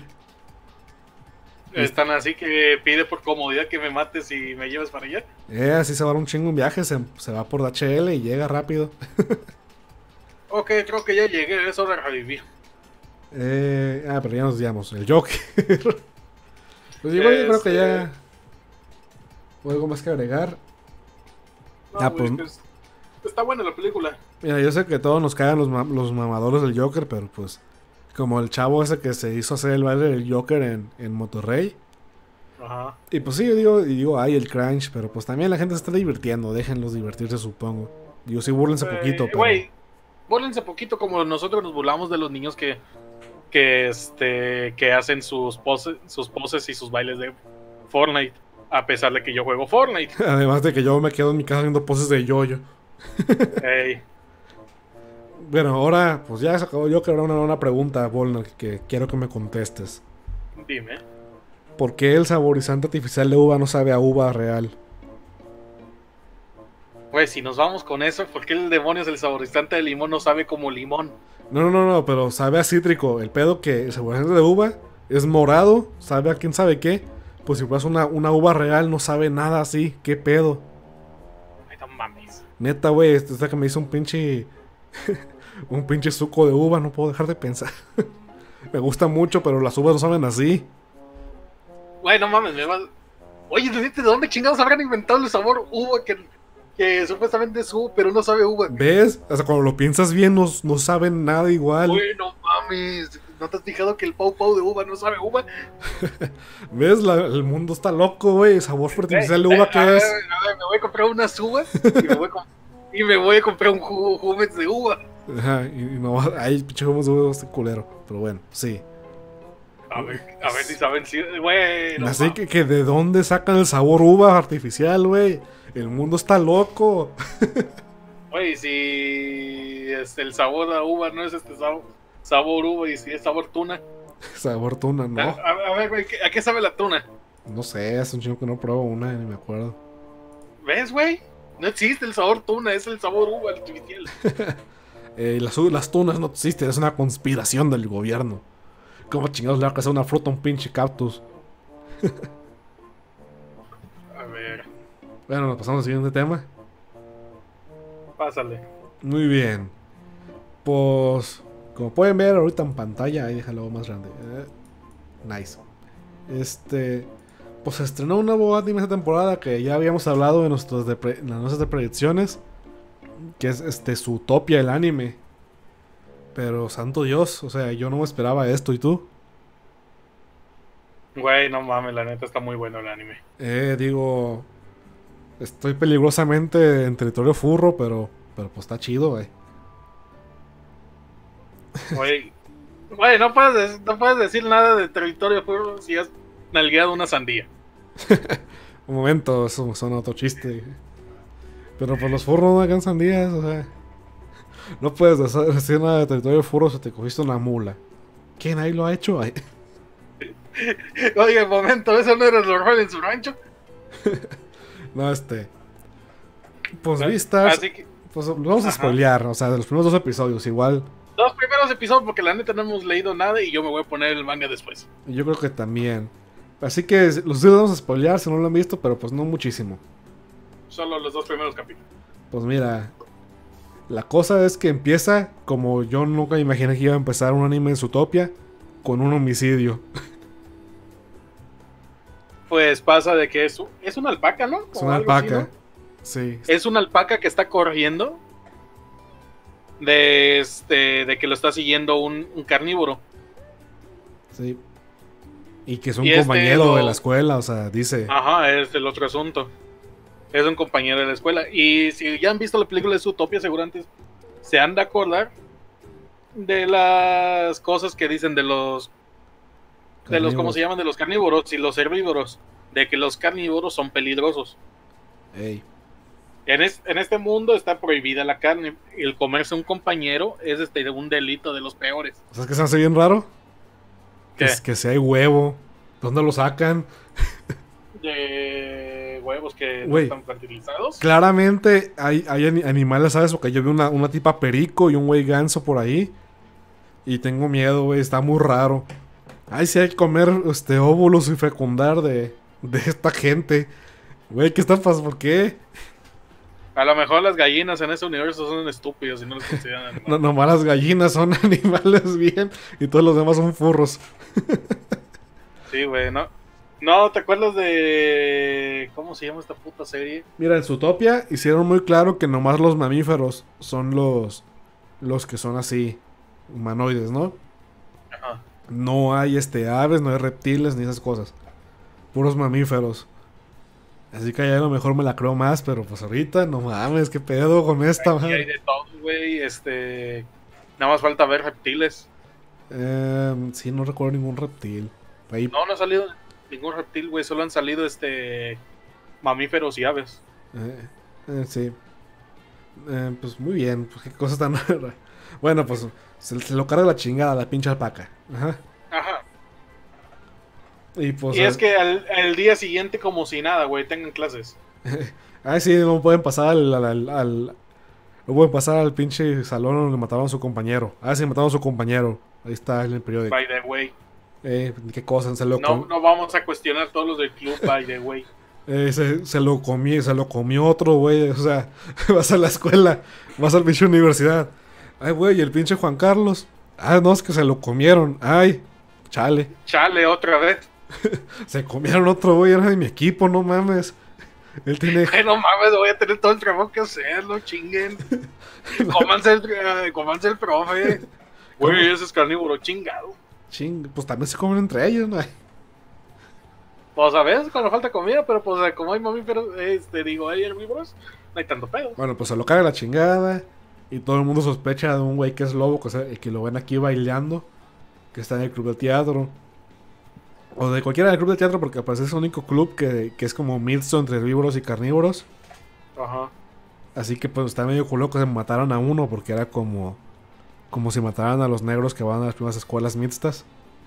S2: Están así que pide por comodidad que me mates y me lleves para allá.
S1: Así se va a dar un chingo un viaje, se va por DHL y llega rápido.
S2: Ok, creo que ya llegué, es hora de revivir.
S1: Pero ya nos desviamos. El Joker. Pues yo creo que ya... ¿O algo más que agregar?
S2: No, pues... Está buena la película.
S1: Mira, yo sé que todos nos caen los mamadores del Joker, pero pues... Como el chavo ese que se hizo hacer el baile del Joker en Monterrey.
S2: Ajá.
S1: Y pues sí, yo digo, ay, el crunch, pero pues también la gente se está divirtiendo. Déjenlos divertirse, supongo. Digo, sí, búrlense poquito, pero...
S2: Güey, búrlense poquito como nosotros nos burlamos de los niños que hacen sus poses y sus bailes de Fortnite, a pesar de que yo juego Fortnite.
S1: Además de que yo me quedo en mi casa haciendo poses de yo-yo.
S2: Hey.
S1: Bueno, ahora pues ya se acabó. Yo quiero una pregunta, Volner, que quiero que me contestes.
S2: Dime.
S1: ¿Por qué el saborizante artificial de uva no sabe a uva real?
S2: Pues si nos vamos con eso, ¿por qué el demonios el saborizante de limón no sabe como limón?
S1: No, pero sabe a cítrico. El pedo que el saborizante de uva es morado, sabe a quién sabe qué. Pues si fueras una uva real, no sabe nada así. ¿Qué pedo?
S2: Ay, no mames.
S1: Neta, güey, esta que me hizo un pinche... un pinche suco de uva, no puedo dejar de pensar. Me gusta mucho, pero las uvas no saben así.
S2: Güey, no mames, Oye, ¿de dónde chingados habrán inventado el sabor uva que supuestamente es uva, pero no sabe uva?
S1: ¿Ves? O sea, cuando lo piensas bien, no saben nada igual.
S2: Güey, no mames. ¿No te has fijado que el Pau Pau de uva no sabe uva?
S1: ¿Ves? El mundo está loco, güey. Sabor artificial de uva, ¿qué es?
S2: A ver, me voy a comprar unas uvas y me voy a comprar un jugo de uva.
S1: Ajá, y no, ahí pinche juego este culero. Pero bueno, sí.
S2: A ver si saben si. Güey, no
S1: Así
S2: mames.
S1: que de dónde sacan el sabor uva artificial, güey. El mundo está loco.
S2: Güey, si el sabor a uva no es sabor uva y si es sabor tuna.
S1: Sabor tuna, no.
S2: A ver, güey, ¿a qué sabe la tuna?
S1: No sé, es un chingo que no pruebo una, ni me acuerdo.
S2: ¿Ves, güey? No existe el sabor tuna, es el sabor uva artificial.
S1: Las tunas no existen, es una conspiración del gobierno. ¿Cómo chingados le va a hacer una fruta a un pinche cactus?
S2: A ver,
S1: Bueno, nos pasamos al siguiente tema.
S2: pásale.
S1: Muy bien. Pues, como pueden ver ahorita en pantalla, ahí déjalo más grande. Nice. Pues se estrenó un nuevo anime esta temporada que ya habíamos hablado en las nuestras de predicciones. Que es Zootopia el anime. Pero santo Dios, o sea, yo no me esperaba esto, ¿y tú?
S2: Güey, no mames, la neta está muy bueno el anime.
S1: Digo, estoy peligrosamente en territorio furro, pero pues está chido, güey.
S2: Güey, no puedes decir nada de territorio furro si has nalgueado una sandía.
S1: Un momento, eso me suena otro chiste. Pero pues los furros no hagan sandías, o sea. No puedes decir nada de territorio furro si te cogiste una mula. ¿Quién ahí lo ha hecho? Ay.
S2: Oye, un momento, ¿eso no era normal en su rancho?
S1: No, pues vistas.
S2: Así que,
S1: Pues lo vamos a spoilear, o sea, de los primeros 2 episodios, igual.
S2: los primeros episodios, porque la neta no hemos leído nada y yo me voy a poner el manga después.
S1: Yo creo que también. Así que los vamos a spoilear si no lo han visto, pero pues no muchísimo.
S2: Solo los 2 primeros capítulos.
S1: Pues mira, la cosa es que empieza como yo nunca imaginé que iba a empezar un anime en Zootopia, con un homicidio.
S2: Pues pasa de que es una alpaca, ¿no?
S1: Es una
S2: algo así,
S1: alpaca.
S2: ¿no?
S1: Sí.
S2: Es una alpaca que está corriendo de que lo está siguiendo un carnívoro.
S1: Sí. Y que es un
S2: Y
S1: compañero de la escuela, o sea, dice.
S2: Ajá, es el otro asunto. Es un compañero de la escuela. Y si ya han visto la película de Zootopia, seguramente se han de acordar de las cosas que dicen de los ¿cómo se llaman? De los carnívoros y los herbívoros. De que los carnívoros son peligrosos.
S1: Ey.
S2: En este mundo está prohibida la carne. El comerse un compañero es un delito de los peores.
S1: ¿Sabes qué se hace bien raro?
S2: ¿Qué?
S1: Que si hay huevo. ¿Dónde lo sacan?
S2: De huevos que no
S1: Güey,
S2: están fertilizados.
S1: claramente hay animales, ¿sabes? Porque yo vi una tipa perico y un güey ganso por ahí. Y tengo miedo, güey. Está muy raro. Ay, sí hay que comer óvulos y fecundar de esta gente. Güey, ¿qué está pasando? ¿Por qué?
S2: A lo mejor las gallinas en ese universo son estúpidos y no los consideran animales.
S1: No, nomás las gallinas son animales bien y todos los demás son furros.
S2: Sí, güey, ¿no? No, ¿te acuerdas de cómo se llama esta puta serie?
S1: Mira, en Zootopia hicieron muy claro que nomás los mamíferos son los que son así, humanoides, ¿no?
S2: Ajá.
S1: No hay aves, no hay reptiles ni esas cosas. Puros mamíferos. Así que ya a lo mejor me la creo más, pero pues ahorita no mames, qué pedo con esta,
S2: Aquí hay
S1: madre.
S2: de todo, güey, nada más falta ver reptiles.
S1: Sí, no recuerdo ningún reptil. Ahí,
S2: No ha salido ningún reptil, güey, solo han salido mamíferos y aves.
S1: sí. Pues muy bien, pues qué cosa tan rara. Bueno, pues se lo carga la chingada la pinche alpaca. Ajá.
S2: Ajá.
S1: Y pues.
S2: Y es que al día siguiente, como si nada, güey, tengan clases.
S1: Sí, no pueden pasar no pueden pasar al pinche salón donde mataron a su compañero. Sí, mataron a su compañero. Ahí está en el periódico.
S2: By the way.
S1: Qué cosa,
S2: No vamos a cuestionar todos los del club, by the way.
S1: se lo comió otro, güey. O sea, vas a la escuela, vas al pinche universidad. Ay, güey, y el pinche Juan Carlos. No, es que se lo comieron. Ay, chale.
S2: Chale, otra vez.
S1: Se comieron otro, güey, era de mi equipo, no mames. Él tiene.
S2: Ay, no mames, voy a tener todo el trabajo que hacer, no chinguen. Cómanse el profe. Güey, ese es carnívoro, chingado.
S1: Pues también se comen entre ellos, ¿no?
S2: Pues a veces cuando falta comida, pero pues como hay mamíferos, hay herbívoros, no hay tanto pedo.
S1: Bueno, pues se lo caga la chingada. Y todo el mundo sospecha de un güey que es lobo, que lo ven aquí bailando, que está en el club de teatro. O de cualquiera del club de teatro, porque pues es el único club que es como mixto entre herbívoros y carnívoros.
S2: Ajá.
S1: Así que pues está medio culo que se mataron a uno, porque era como si mataran a los negros que van a las primeras escuelas mixtas.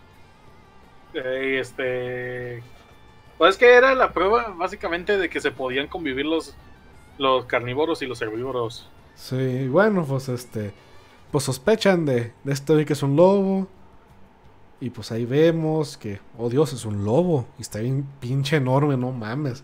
S2: Pues es que era la prueba básicamente de que se podían convivir los carnívoros y los herbívoros.
S1: Sí, bueno, pues pues sospechan de este güey que es un lobo. Y pues ahí vemos que, oh Dios, es un lobo. Y está bien pinche enorme, no mames.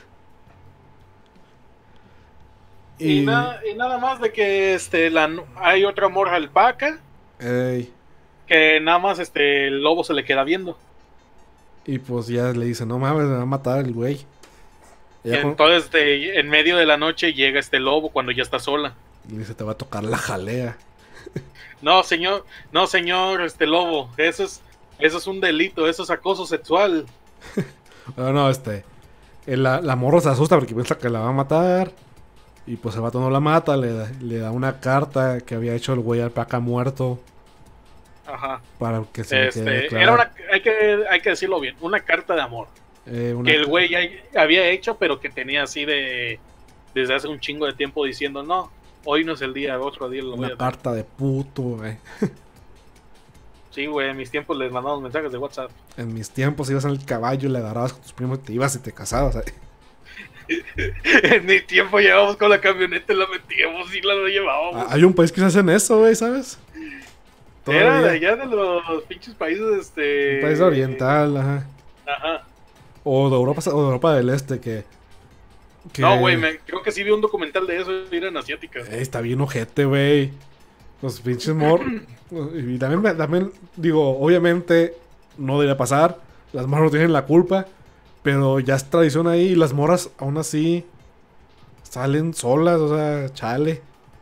S2: Y nada más de que hay otra morra alpaca.
S1: Ey.
S2: Que nada más el lobo se le queda viendo.
S1: Y pues ya le dice, no mames, me va a matar el güey.
S2: Y entonces en medio de la noche llega este lobo cuando ya está sola.
S1: Y le dice, te va a tocar la jalea.
S2: No, señor, lobo, eso es un delito, eso es acoso sexual.
S1: No, la morra se asusta porque piensa que la va a matar. Y pues el vato no la mata, le da una carta que había hecho el güey alpaca muerto.
S2: Ajá.
S1: Para que se quede
S2: claro. Hay que decirlo bien, una carta de amor. Que el güey ya había hecho, pero que tenía así desde hace un chingo de tiempo diciendo, no, hoy no es el día, otro día lo voy a
S1: hacer. Una carta de puto, güey.
S2: Sí, güey, en mis tiempos les mandamos mensajes de WhatsApp.
S1: En mis tiempos ibas en el caballo y le agarrabas con tus primos y te ibas y te casabas, ¿eh?
S2: En mi tiempo llevábamos con la camioneta y la metíamos y la llevábamos.
S1: Hay un país que se hacen eso, güey, ¿sabes?
S2: Era de allá de los pinches países,
S1: Un país oriental, ajá.
S2: Ajá.
S1: O de Europa del Este, que...
S2: No, güey, creo que sí vi un documental de eso, eran asiáticas.
S1: Está bien ojete, güey. Los pinches Y también, digo, obviamente no debería pasar. Las morras no tienen la culpa. Pero ya es tradición ahí y las morras aún así salen solas, o sea, chale.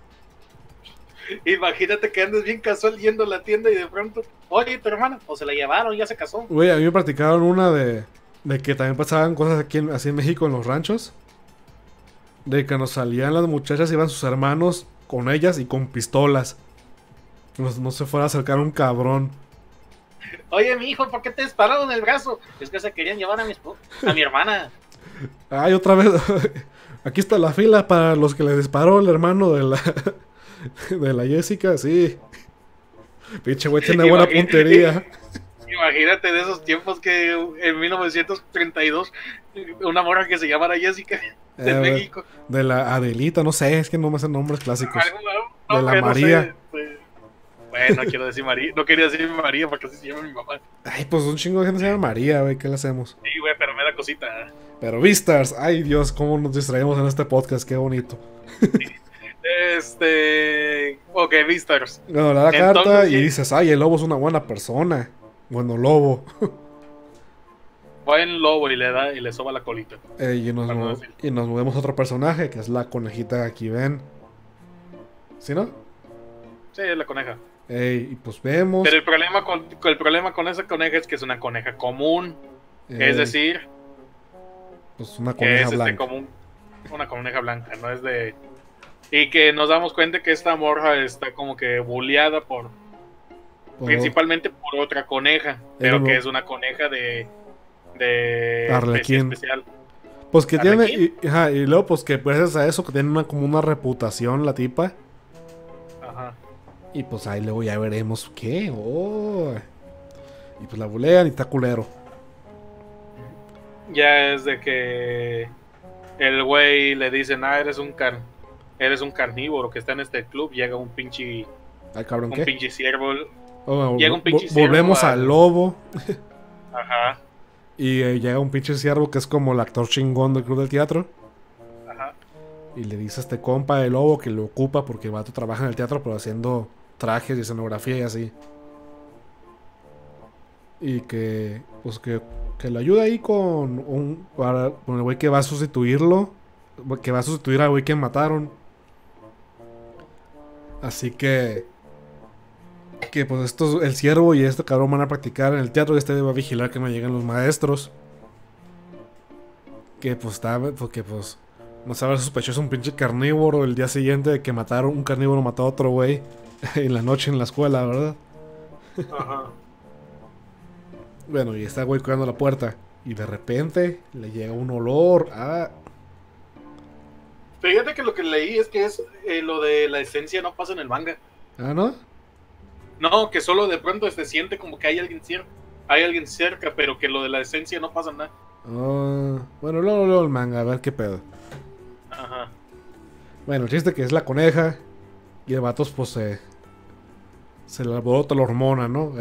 S2: Imagínate que andes bien casual yendo a la tienda y de pronto, oye, tu hermana, o se la llevaron, ya se casó.
S1: Güey, a mí me platicaron una de que también pasaban cosas así en México en los ranchos. De que nos salían las muchachas, iban sus hermanos con ellas y con pistolas. No se fuera a acercar un cabrón.
S2: Oye, mi hijo, ¿por qué te dispararon en el brazo? Es que se querían llevar a mi hermana.
S1: Ay, otra vez. Aquí está la fila para los que le disparó el hermano de la Jessica, sí. Pinche güey tiene buena puntería.
S2: Imagínate de esos tiempos que en 1932 una morra que se llamara Jessica de México.
S1: De la Adelita, no sé, es que no me hacen nombres clásicos.
S2: No,
S1: de la María.
S2: No sé, bueno, quiero decir María. No quería decir María porque así se llama mi mamá.
S1: Ay, pues un chingo de gente se llama María, güey. ¿Qué le hacemos?
S2: Sí, güey, pero me da cosita.
S1: Pero Beastars, ay Dios, cómo nos distraemos en este podcast, qué bonito.
S2: Ok, Beastars.
S1: No, le da carta y dices, ay, el lobo es una buena persona. Bueno, lobo.
S2: Buen lobo y le soba la colita.
S1: Y nos movemos a otro personaje, que es la conejita que aquí ven. ¿Sí, no?
S2: Sí, es la coneja.
S1: Y pues vemos.
S2: Pero el problema con esa coneja es que es una coneja común. Es decir,
S1: pues una coneja blanca.
S2: Común, una coneja blanca, no es de. Y que nos damos cuenta que esta morra está como que bulleada principalmente por otra coneja, pero que es una coneja de
S1: Arlequín
S2: especial.
S1: Pues que Arlequín. Y luego pues que gracias a eso que tiene como una reputación la tipa.
S2: Ajá.
S1: Y pues ahí luego ya veremos qué. Y pues la bulean y está culero.
S2: Ya es de que el güey le dicen, eres un carnívoro que está en este club. Llega un pinche.
S1: Ay, cabrón,
S2: un pinche ciervo.
S1: Llega un pinche ciervo. Volvemos al lobo.
S2: Ajá.
S1: Y llega un pinche ciervo que es como el actor chingón del club del teatro.
S2: Ajá.
S1: Y le dice a este compa de lobo que lo ocupa porque el vato trabaja en el teatro, pero haciendo trajes y escenografía y así. Y que pues que le ayuda ahí con el güey que va a sustituirlo. Que va a sustituir al güey que mataron. Así que pues el ciervo y este cabrón van a practicar en el teatro. Y este va a vigilar que no lleguen los maestros. Que pues está, porque pues No sabe, sospechoso un pinche carnívoro el día siguiente de que mataron un carnívoro mató a otro güey en la noche en la escuela, ¿verdad?
S2: Ajá.
S1: Bueno, y está güey cuidando la puerta. Y de repente le llega un olor a...
S2: Fíjate que lo que leí es que es lo de la esencia no pasa en el manga.
S1: ¿Ah, no?
S2: No, que solo de pronto se siente como que hay alguien cerca, pero que lo de la esencia no pasa nada.
S1: Bueno, luego el manga, a ver qué pedo.
S2: Ajá.
S1: Bueno, el chiste que es la coneja. Y el vato pues se le alborota la hormona, ¿no?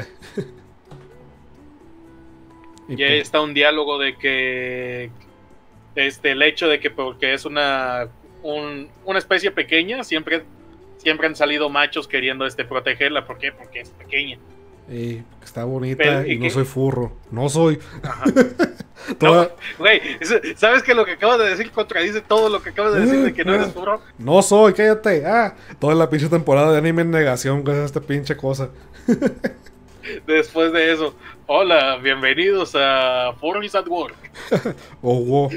S1: Y
S2: Ya
S1: pues,
S2: está un diálogo de que el hecho de que porque es una especie pequeña, siempre han salido machos queriendo protegerla. ¿Por qué? Porque es pequeña.
S1: está bonita
S2: Pero,
S1: y
S2: ¿y
S1: no
S2: qué?
S1: soy furro. No soy.
S2: Ajá.
S1: Toda-
S2: No, güey, ¿sabes que lo que acabas de decir contradice todo lo que acabas de decir de que no eres furro?
S1: No soy, cállate. Toda la pinche temporada de anime en negación con esta pinche cosa.
S2: Después de eso, hola, bienvenidos a Furries at Work.
S1: Oh, wow.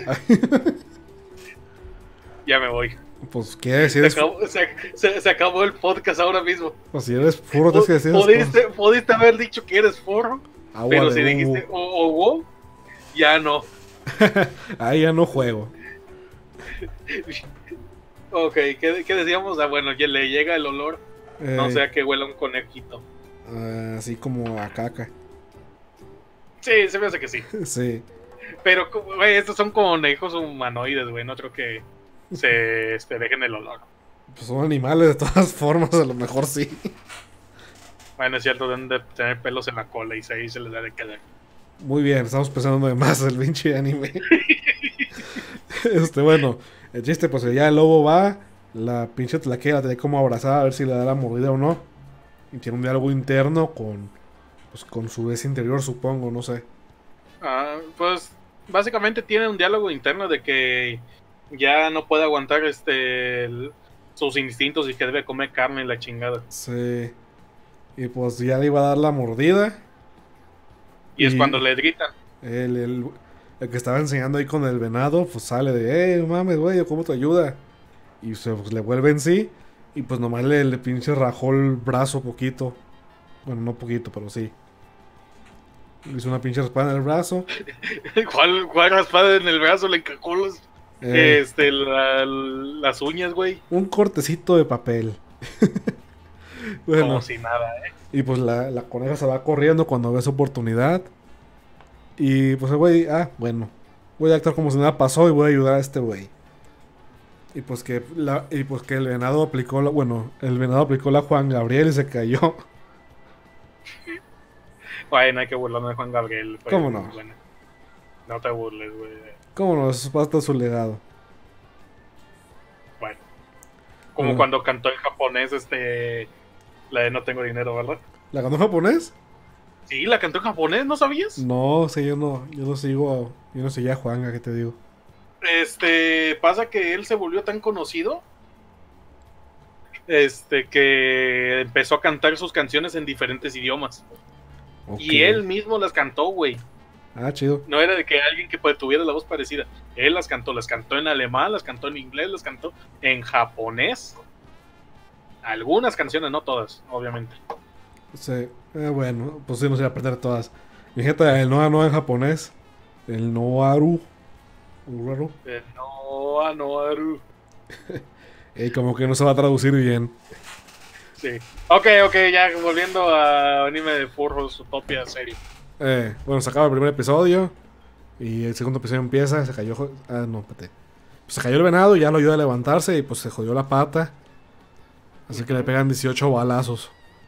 S2: Ya me voy.
S1: Pues, ¿qué decir?
S2: Se acabó el podcast ahora mismo.
S1: Pues si eres furro, tienes que decir
S2: Pudiste haber dicho que eres furro,
S1: agua
S2: pero
S1: de
S2: si
S1: humo.
S2: dijiste wow, ya no.
S1: Ahí ya no juego.
S2: Ok, ¿qué decíamos? Ah, bueno, ya le llega el olor, no sea que huela un conejito.
S1: Así como a caca.
S2: Sí, se me hace que sí.
S1: Sí.
S2: Pero, güey, estos son conejos humanoides, güey, no creo que se dejen el olor.
S1: Pues son animales de todas formas, a lo mejor sí.
S2: Bueno, es cierto, deben de tener pelos en la cola y ahí se les da de quedar.
S1: Muy bien, estamos pensando de más el pinche anime. Bueno, el chiste, pues ya el lobo va, la pinche tlaquera tiene como abrazada a ver si le da la mordida o no. Y tiene un diálogo interno con su vez interior, supongo, no sé.
S2: Pues básicamente tiene un diálogo interno de que ya no puede aguantar sus instintos y que debe comer carne y la chingada.
S1: Sí. Y pues ya le iba a dar la mordida.
S2: Y es cuando le gritan.
S1: El que estaba enseñando ahí con el venado, pues sale de, mames, güey, ¿cómo te ayuda? Y pues, le vuelve en sí. Y pues nomás le pinche rajó el brazo poquito. Bueno, no poquito, pero sí. Le hizo una pinche raspada en el brazo.
S2: ¿Cuál raspada en el brazo le encajó
S1: Eh,
S2: las uñas, güey?
S1: un cortecito de papel. Bueno,
S2: Como si nada,
S1: y pues la coneja se va corriendo cuando ve su oportunidad. Y pues el güey, bueno, voy a actuar como si nada pasó y voy a ayudar a este güey. Y pues que el venado aplicó el venado aplicó la Juan Gabriel y se cayó.
S2: Güey, no hay que burlarnos de Juan Gabriel.
S1: ¿Cómo no?
S2: Bueno, no te burles, güey.
S1: ¿Cómo no? Eso es parte de su legado.
S2: Bueno, como cuando cantó en japonés la de No tengo dinero, ¿verdad?
S1: ¿La cantó en japonés?
S2: Sí, la cantó en japonés, ¿no sabías?
S1: No, sí, yo no seguía a Juanga, ¿qué te digo?
S2: Pasa que él se volvió tan conocido que empezó a cantar sus canciones en diferentes idiomas.
S1: Okay.
S2: Y él mismo las cantó, güey.
S1: Chido.
S2: No era de que alguien que tuviera la voz parecida. Él las cantó en alemán, las cantó en inglés, las cantó en japonés. Algunas canciones, no todas, obviamente.
S1: Sí, bueno, pues sí, no se iba a perder todas. Mi gente, el Noa en japonés. El Noaru.
S2: Noa Noaru.
S1: Como que no se va a traducir bien.
S2: Sí. Ok, ya volviendo a anime de furros, Utopia, serie.
S1: Bueno, se acaba el primer episodio. Y el segundo episodio empieza. Se cayó. No, espérate. Pues se cayó el venado y ya lo ayuda a levantarse. Y pues se jodió la pata. Así que le pegan 18 balazos.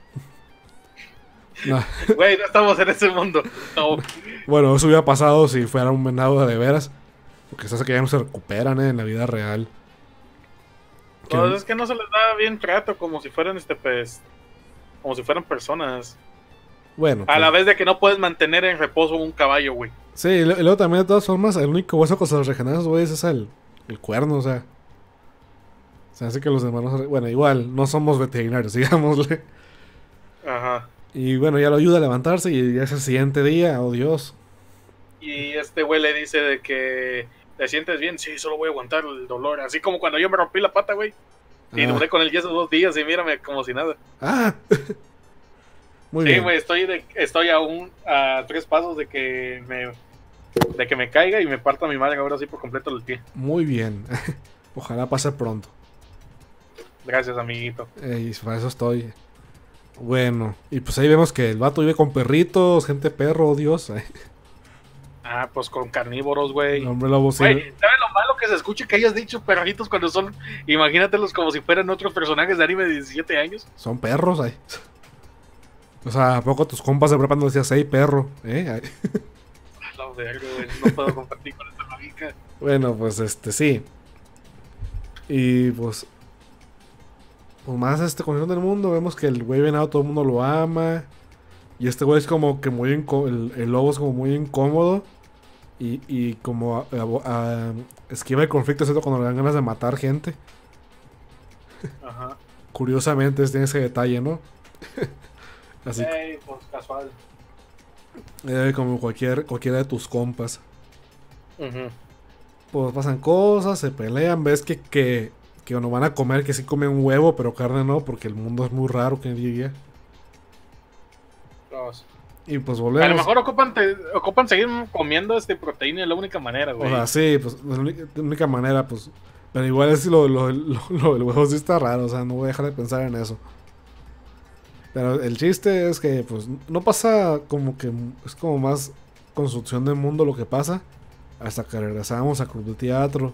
S2: Güey, no estamos en ese mundo. No.
S1: Bueno, eso hubiera pasado si fuera un venado de veras. Porque se hace que ya no se recuperan en la vida real.
S2: Pues es que no se les da bien trato como si fueran como si fueran personas.
S1: Bueno.
S2: A la vez de que no puedes mantener en reposo un caballo, güey.
S1: Sí, y luego también de todas formas, el único hueso que se los regenera a esos güeyes es el cuerno, o sea. Se hace que los demás no se... Bueno, igual, no somos veterinarios, digámosle.
S2: Ajá.
S1: Y bueno, ya lo ayuda a levantarse y ya es el siguiente día, oh Dios.
S2: Y este güey le dice de que ¿Te sientes bien? Sí, solo voy a aguantar el dolor. Así como cuando yo me rompí la pata, güey. Y duré con el yeso 2 días y mírame como si nada.
S1: Ah, muy
S2: Sí,
S1: bien.
S2: güey, estoy aún a 3 pasos de que me caiga y me parta mi madre ahora sí por completo el pie.
S1: Muy bien. Ojalá pase pronto.
S2: Gracias, amiguito.
S1: Y para eso estoy. Bueno, y pues ahí vemos que el vato vive con perritos, gente perro, oh Dios.
S2: Ah, pues con carnívoros, güey.
S1: El hombre lobo sí.
S2: Güey, ¿sabes lo malo que se escucha que hayas dicho perritos cuando son... Imagínatelos como si fueran otros personajes de anime de 17 años.
S1: Son perros ahí. O sea, ¿a poco tus compas de prepa no decías, hey, perro? Ay.
S2: A la verga, güey. No puedo compartir con esta lógica.
S1: Bueno, pues sí. Y pues más condición del mundo, vemos que el güey venado todo el mundo lo ama. Y este güey es como que muy el lobo es como muy incómodo. Y como esquiva el conflicto, excepto cuando le dan ganas de matar gente.
S2: Ajá.
S1: Curiosamente tiene ese detalle, ¿no? Así
S2: Pues casual.
S1: como cualquiera de tus compas.
S2: Uh-huh.
S1: Pues pasan cosas, se pelean, ves que cuando van a comer, que sí comen un huevo, pero carne no, porque el mundo es muy raro, que diría. Y pues volvemos.
S2: A lo mejor ocupan seguir comiendo proteína, es la única manera, güey.
S1: O sea, sí, pues la única manera, pues. Pero igual es lo del huevo sí está raro, o sea, no voy a dejar de pensar en eso. Pero el chiste es que, pues, no pasa como que es como más construcción del mundo lo que pasa. Hasta que regresamos al club de teatro.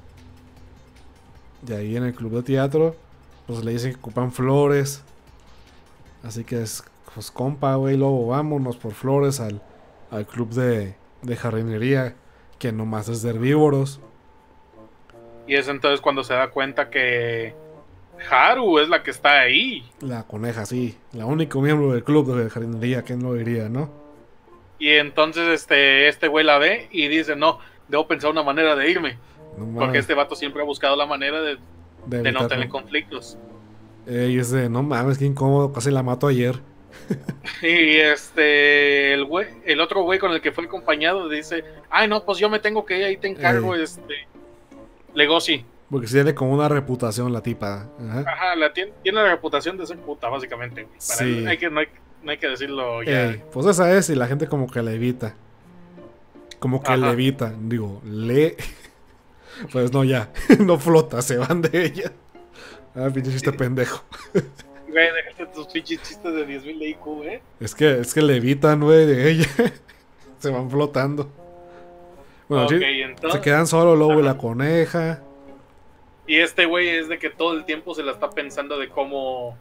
S1: Y ahí en el club de teatro, pues le dicen que ocupan flores. Así que es, pues, compa, güey, lobo, vámonos por flores al club de jardinería. Que nomás es de herbívoros.
S2: Y es entonces cuando se da cuenta que Haru es la que está ahí.
S1: La coneja, sí. La única miembro del club de jardinería, ¿quién lo diría, no?
S2: Y entonces este güey la ve y dice, no, debo pensar una manera de irme.
S1: No
S2: Porque este vato siempre ha buscado la manera de no tener
S1: ¿no?
S2: conflictos.
S1: Y es de, no mames, qué incómodo, casi la mato ayer.
S2: Y el otro güey con el que fue acompañado dice, ay no, pues yo me tengo que ir, ahí te encargo, Legoshi.
S1: Porque sí tiene como una reputación la tipa.
S2: Ajá, tiene la reputación de ser puta, básicamente.
S1: Sí.
S2: No hay que decirlo ya.
S1: Pues esa es, y la gente como que la evita. Como que le evita. Digo, pues no, ya. No flota, se van de ella. Ah, pinche chiste pendejo.
S2: Güey, déjate tus pinches chistes de 10.000 de IQ,
S1: Es que le evitan, güey, de ella. Se van flotando. Bueno, entonces, se quedan solo el lobo y la coneja.
S2: Y este güey es de que todo el tiempo se la está pensando de cómo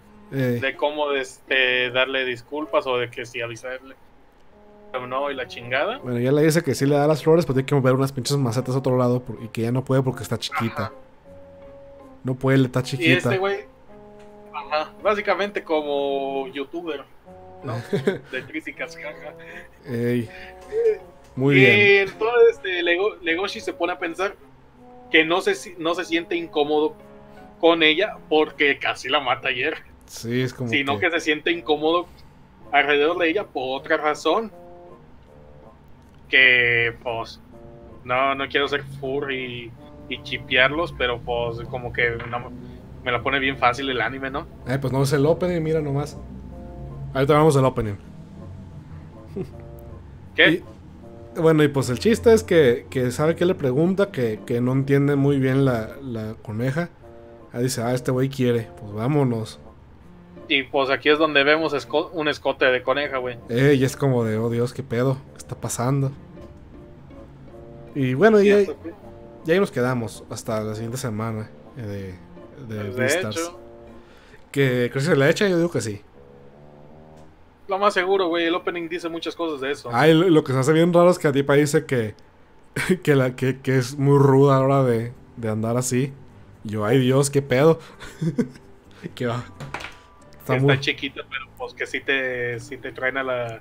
S2: darle disculpas o de que si avisarle o no y la chingada.
S1: Bueno, ya le dice que sí le da las flores, pero tiene que mover unas pinches macetas a otro lado y que ya no puede porque está chiquita. Ajá. No puede, está chiquita.
S2: Y este güey, básicamente como youtuber, ¿no? De trísicas, jaja.
S1: Muy bien.
S2: Y entonces Legoshi se pone a pensar que no se siente incómodo con ella porque casi la mata ayer.
S1: Sí, es como
S2: sino que se siente incómodo alrededor de ella por otra razón. Que pues no quiero ser furry y chipearlos, pero pues como que no, me la pone bien fácil el anime, ¿no?
S1: Pues no es el opening, mira nomás. Ahorita vamos al opening.
S2: ¿Qué?
S1: Bueno, y pues el chiste es que sabe que le pregunta, que no entiende muy bien la coneja. Ahí dice, este güey quiere, pues vámonos.
S2: Y pues aquí es donde vemos un escote de coneja, güey.
S1: Y es como de, oh Dios, qué pedo, ¿qué está pasando? Y bueno, y ahí nos quedamos hasta la siguiente semana de Beastars. Que creo que se le echa, yo digo que sí.
S2: Lo más seguro, güey, el opening dice muchas cosas de eso.
S1: Lo que se hace bien raro es que a tipa dice que es muy ruda a la hora de andar así. Y yo, ay Dios, qué pedo. Que va.
S2: Está chiquita, pero pues que sí te traen a la...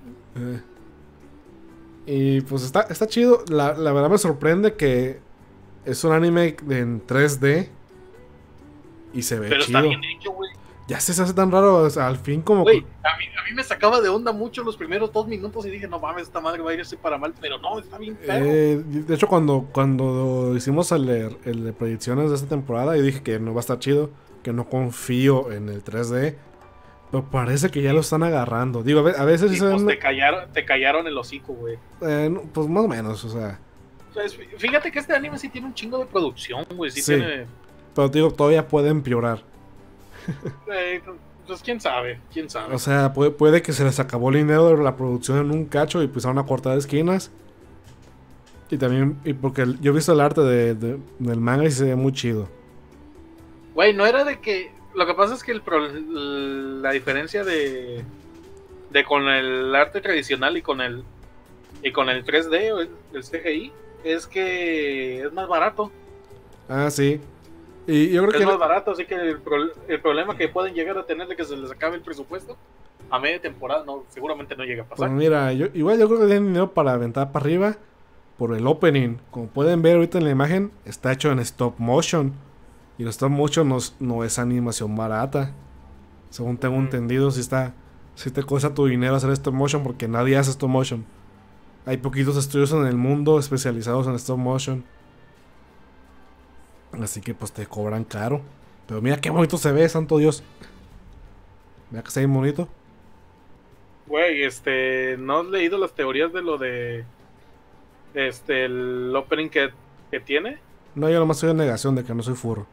S1: Y pues está chido. La verdad me sorprende que es un anime en 3D y se ve
S2: pero
S1: chido.
S2: Está bien hecho, güey.
S1: Ya se hace tan raro, o sea, al fin como...
S2: Güey, a mí me sacaba de onda mucho los primeros 2 minutos y dije, no mames, esta madre va a irse para mal, pero no, está bien perro.
S1: De hecho, cuando hicimos el de predicciones de esta temporada, yo dije que no va a estar chido, que no confío en el 3D, pero parece que ya lo están agarrando. Digo, a veces sí
S2: Y
S1: se
S2: pues
S1: ven...
S2: te callaron el hocico, güey.
S1: pues más o menos, o sea...
S2: O sea, fíjate que este anime sí tiene un chingo de producción, güey, sí,
S1: Sí.
S2: tiene...
S1: Pero digo, todavía puede empeorar.
S2: Pues quién sabe.
S1: O sea, puede que se les acabó el dinero de la producción en un cacho y empezaron a cortar esquinas. Y también, porque yo he visto el arte del manga y se ve muy chido.
S2: Güey, no era de que... Lo que pasa es que la diferencia de con el arte tradicional y con el 3D o el CGI es que es más barato.
S1: Ah, sí. Y yo creo
S2: Es
S1: que...
S2: más barato, así que el problema que pueden llegar a tener de que se les acabe el presupuesto a media temporada seguramente no llega a pasar.
S1: Pues mira, igual yo creo que tienen dinero para aventar para arriba por el opening. Como pueden ver ahorita en la imagen, está hecho en stop motion. Y el stop motion no es animación barata. Según tengo entendido, si te cuesta tu dinero hacer stop motion porque nadie hace stop motion. Hay poquitos estudios en el mundo especializados en stop motion. Así que pues te cobran caro. Pero mira qué bonito se ve, santo Dios. Mira que está bien bonito.
S2: Güey, ¿no has leído las teorías de lo de el opening que tiene?
S1: No, yo nomás soy en negación de que no soy furro.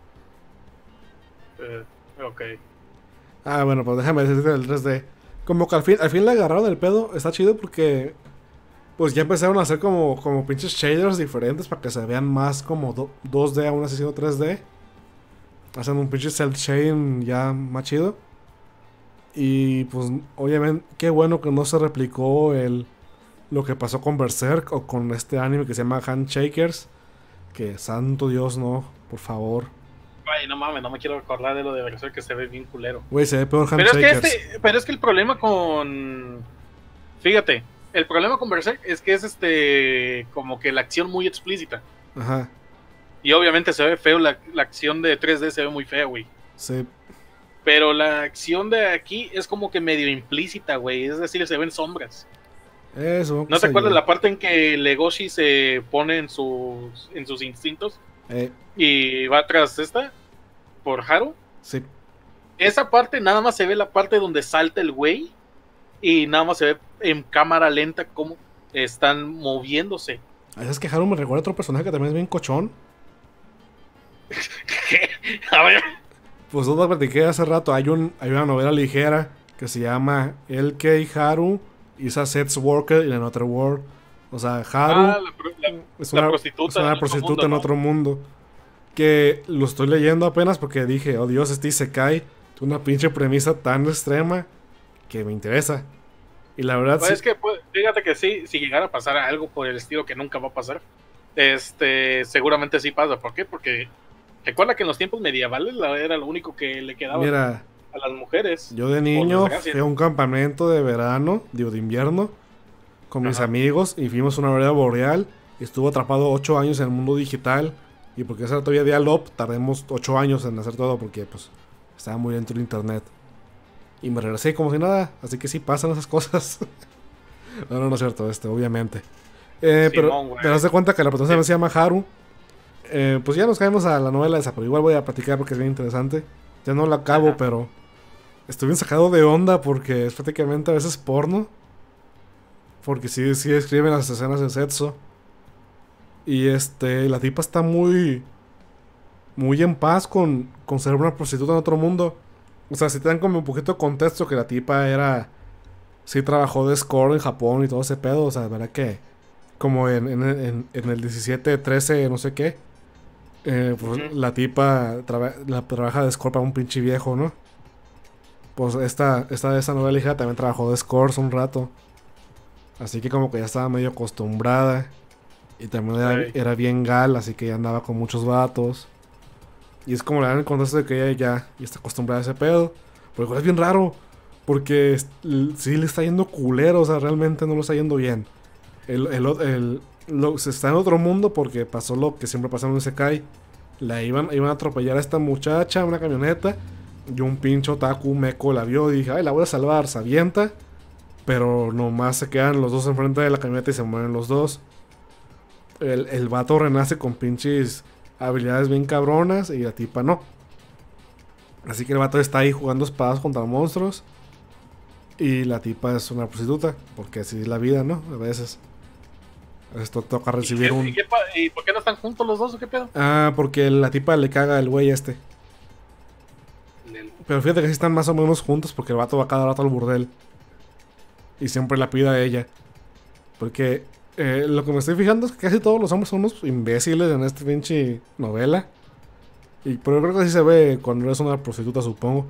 S2: Ok.
S1: Ah, bueno, pues déjame decirte el 3D. Como que al fin le agarraron el pedo. Está chido porque pues ya empezaron a hacer como pinches shaders diferentes para que se vean más como 2D aún así siendo 3D. Hacen un pinche cel shading ya más chido. Y pues obviamente qué bueno que no se replicó lo que pasó con Berserk o con este anime que se llama Handshakers. Que santo Dios, no, por favor.
S2: Ay, no mames, no me quiero acordar de lo de Berserk que se ve bien culero.
S1: Güey, se ve peor
S2: Pero
S1: Handshakers.
S2: pero es que el problema con... Fíjate, el problema con Berserk es que es como que la acción muy explícita.
S1: Ajá.
S2: Y obviamente se ve feo, la acción de 3D se ve muy fea, güey.
S1: Sí.
S2: Pero la acción de aquí es como que medio implícita, güey. Es decir, se ven sombras.
S1: Eso.
S2: ¿No te acuerdas la parte en que Legoshi se pone en sus instintos? Y va tras por Haru.
S1: Sí.
S2: Esa parte nada más se ve la parte donde salta el güey. Y nada más se ve en cámara lenta cómo están moviéndose.
S1: ¿Es que Haru me recuerda a otro personaje que también es bien cochón?
S2: ¿Qué? A ver.
S1: Pues lo platiqué hace rato. Hay una novela ligera que se llama LK Haru is a sex worker in another world. O sea, Haru es una prostituta en otro mundo. Que lo estoy leyendo apenas porque dije, oh Dios, este Isekai es una pinche premisa tan extrema que me interesa. Y la verdad
S2: pues sí. Es que fíjate que sí, si llegara a pasar algo por el estilo que nunca va a pasar, seguramente sí pasa. ¿Por qué? Porque recuerda que en los tiempos medievales era lo único que le quedaba a las mujeres.
S1: Yo de niño fui a un campamento de verano, de invierno, con mis amigos y fuimos a una aurora boreal. Y estuve atrapado 8 años en el mundo digital. Y porque era todavía dial-up, tardemos 8 años en hacer todo porque pues estaba muy dentro del internet. Y me regresé como si nada. Así que sí pasan esas cosas. No es cierto, obviamente. Pero te das cuenta que la protagonista se llama Haru. Pues ya nos caemos a la novela esa, pero igual voy a platicar porque es bien interesante. Ya no la acabo, pero estoy bien sacado de onda porque es prácticamente a veces porno. Porque sí describen las escenas de sexo. Y la tipa está muy en paz con ser una prostituta en otro mundo. O sea, si te dan como un poquito de contexto que la tipa sí trabajó de escort en Japón y todo ese pedo. O sea, de verdad que como en el 17, 13, no sé qué. Pues la tipa trabaja de escort para un pinche viejo, ¿no? Pues esta novela hija también trabajó de escort un rato. Así que como que ya estaba medio acostumbrada. Y también era bien gal, así que ya andaba con muchos vatos. Y es como le dan el contexto de que ella ya está acostumbrada a ese pedo. Pero igual es bien raro. Porque sí le está yendo culero, o sea, realmente no lo está yendo bien. Se está en otro mundo porque pasó lo que siempre pasa en un Isekai. Iban a atropellar a esta muchacha en una camioneta. Y un pinche otaku meco la vio y dije, ay, la voy a salvar, se avienta. Pero nomás se quedan los dos enfrente de la camioneta y se mueren los dos. El vato renace con pinches habilidades bien cabronas y la tipa no. Así que el vato está ahí jugando espadas contra monstruos. Y la tipa es una prostituta. Porque así es la vida, ¿no? A veces. Esto toca recibir un...
S2: ¿Y por qué no están juntos los dos o qué pedo?
S1: Ah, porque la tipa le caga el güey este. Pero fíjate que sí están más o menos juntos porque el vato va cada rato al burdel. Y siempre la pide a ella. Porque lo que me estoy fijando es que casi todos los hombres son unos imbéciles en esta pinche novela. Pero creo que así se ve cuando eres una prostituta, supongo.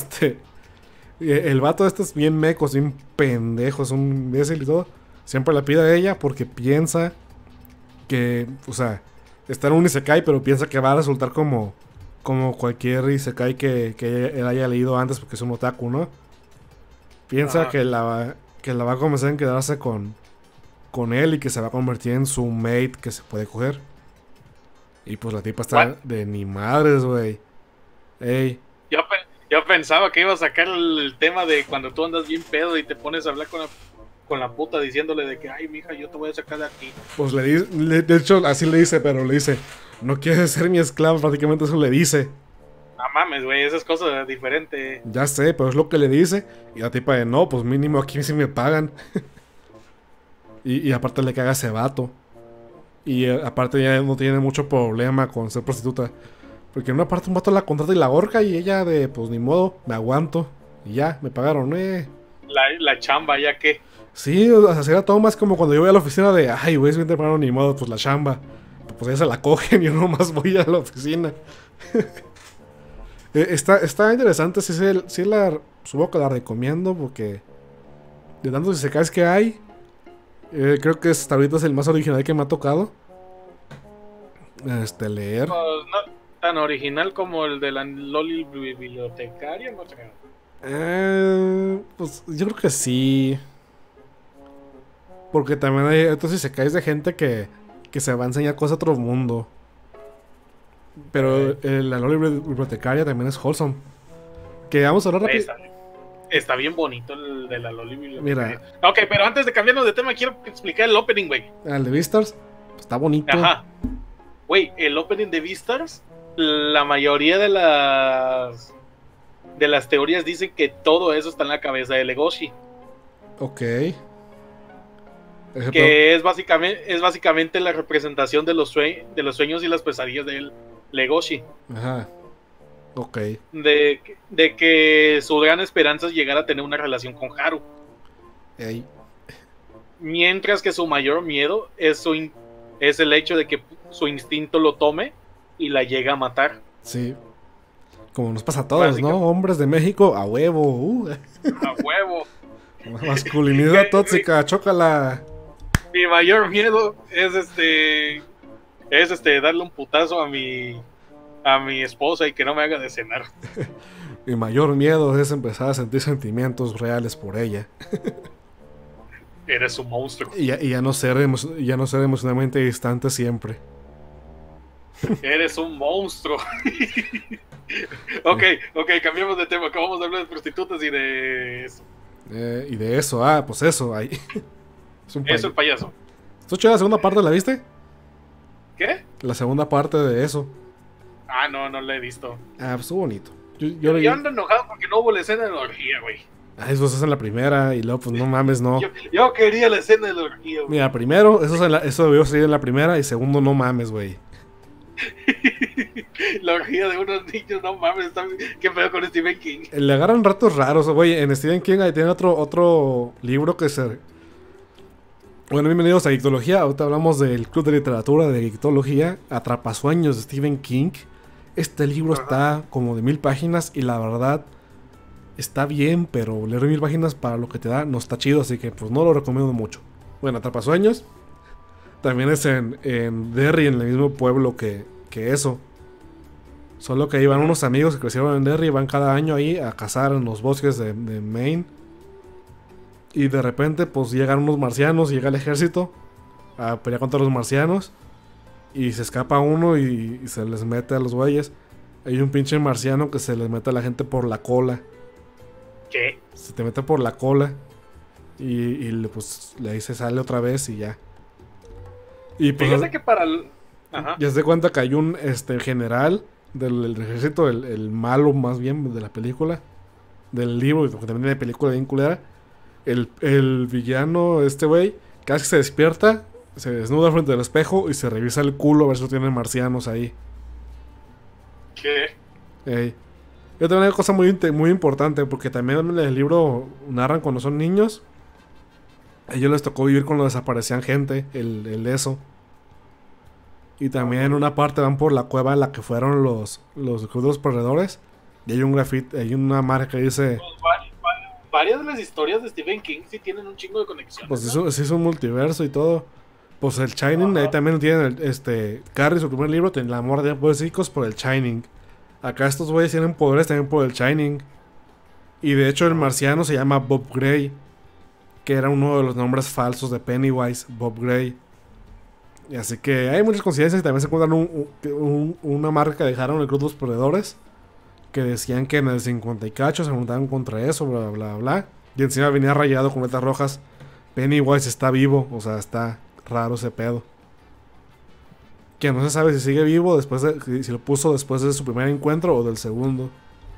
S1: El vato este es bien meco, es bien pendejo, es un imbécil y todo. Siempre la pide a ella porque piensa que, o sea, está en un isekai, pero piensa que va a resultar como cualquier isekai que él haya leído antes porque es un otaku, ¿no? Piensa que la va a comenzar a quedarse con él y que se va a convertir en su mate que se puede coger. Y pues la tipa está de ni madres, güey. Ey.
S2: Yo pensaba que iba a sacar el tema de cuando tú andas bien pedo y te pones a hablar con la puta diciéndole de que, ay, mija, yo te voy a sacar de aquí.
S1: Pues de hecho, así le dice, pero le dice, no quieres ser mi esclavo, prácticamente eso le dice.
S2: No mames, güey, esas cosas diferentes.
S1: Ya sé, pero es lo que le dice. Y la tipa de, no, pues mínimo aquí sí me pagan. y aparte le caga ese vato. Y aparte ya no tiene mucho problema con ser prostituta. Porque en una parte un vato la contrata y la ahorca y ella de, pues ni modo, me aguanto. Y ya, me pagaron,
S2: La chamba, ya que.
S1: Sí, o sea, era todo más como cuando yo voy a la oficina de, ay, güey, es bien temprano, ni modo, pues la chamba. Pues ya se la cogen y yo nomás voy a la oficina. Está interesante, sí supongo que la recomiendo porque de tantos isekais que hay, creo que hasta ahorita es el más original que me ha tocado leer.
S2: Pues no tan original como el de la Loli bibliotecaria, no sé.
S1: Pues yo creo que sí. Porque también hay otros isekais de gente que se va a enseñar cosas a otro mundo. Pero la Loli bibliotecaria también es wholesome. Que vamos a hablar rápido.
S2: Está bien bonito el de la Loli bibliotecaria.
S1: Mira.
S2: Ok, pero antes de cambiarnos de tema, quiero explicar el opening, güey.
S1: El de Beastars está bonito.
S2: Ajá. Güey, el opening de Beastars, la mayoría de las teorías dicen que todo eso está en la cabeza de Legoshi.
S1: Ok.
S2: Que es básicamente la representación de los sueños y las pesadillas de Legoshi.
S1: Ajá. Ok.
S2: De que su gran esperanza es llegar a tener una relación con Haru.
S1: Ey.
S2: Mientras que su mayor miedo es el hecho de que su instinto lo tome y la llegue a matar.
S1: Sí. Como nos pasa a todos, ¿no? Hombres de México, a huevo.
S2: A huevo.
S1: Masculinidad tóxica, chócala.
S2: Mi mayor miedo es darle un putazo a mi esposa y que no me haga de cenar.
S1: Mi mayor miedo es empezar a sentir sentimientos reales por ella.
S2: Eres un monstruo.
S1: Y ya no ser emocionalmente distante siempre.
S2: Eres un monstruo. Ok, cambiamos de tema. Acabamos de hablar de prostitutas y de eso.
S1: Y de eso, pues eso. Ahí.
S2: Eso el payaso.
S1: ¿Estuvo chida la segunda parte? ¿La viste?
S2: ¿Qué?
S1: La segunda parte de eso.
S2: No la he visto.
S1: Pues estuvo bonito.
S2: Yo ando enojado porque no hubo la escena de la orgía, güey.
S1: Eso es en la primera y luego pues no mames, no.
S2: Yo quería la escena de la orgía, güey.
S1: Mira, primero, eso debió salir en la primera y segundo, no mames, güey.
S2: La orgía de unos niños, no mames, ¿qué pedo con Stephen King?
S1: Le agarran ratos raros, güey. En Stephen King ahí tiene otro libro que se... Bueno, bienvenidos a Geektología. Ahorita hablamos del Club de Literatura de Geektología, Atrapasueños de Stephen King. Este libro está como de 1000 páginas y la verdad está bien, pero leer 1000 páginas para lo que te da no está chido, así que pues no lo recomiendo mucho. Bueno, Atrapasueños también es en Derry, en el mismo pueblo que eso. Solo que ahí van unos amigos que crecieron en Derry y van cada año ahí a cazar en los bosques de Maine. Y de repente pues llegan unos marcianos, llega el ejército a pelear contra los marcianos. Y se escapa uno y se les mete a los güeyes. Hay un pinche marciano que se le mete a la gente por la cola.
S2: ¿Qué?
S1: Se te mete por la cola. Pues le dice sale otra vez y ya. Y pues
S2: Fíjate que para el... Ajá.
S1: ya se da cuenta que hay un general del ejército, el malo más bien de la película. Del libro, porque también de película bien culera. El villano, güey, casi se despierta, se desnuda frente al espejo y se revisa el culo a ver si tienen marcianos ahí.
S2: ¿Qué?
S1: Ey. Yo tengo una cosa muy importante, porque también en el libro narran cuando son niños. A ellos les tocó vivir cuando desaparecían gente, el eso. Y también en una parte van por la cueva en la que fueron los crudos perdedores. Y hay un grafite, hay una marca que dice...
S2: Varias de las historias de Stephen King sí tienen un chingo de conexiones.
S1: Pues eso sí es un multiverso y todo. Pues el Shining, ahí también tienen Carrie, su primer libro, la morra de poderes psíquicos por el Shining. Acá estos güeyes tienen poderes también por el Shining. Y de hecho el marciano se llama Bob Gray, que era uno de los nombres falsos de Pennywise, Bob Gray. Y así que hay muchas coincidencias y también se encuentran una marca que dejaron el Club de los Perdedores, que decían que en el 50 y cacho se montaban contra eso, bla, bla, bla. Y encima venía rayado con letras rojas. Pennywise está vivo, o sea, está raro ese pedo. Que no se sabe si sigue vivo después si lo puso después de su primer encuentro o del segundo.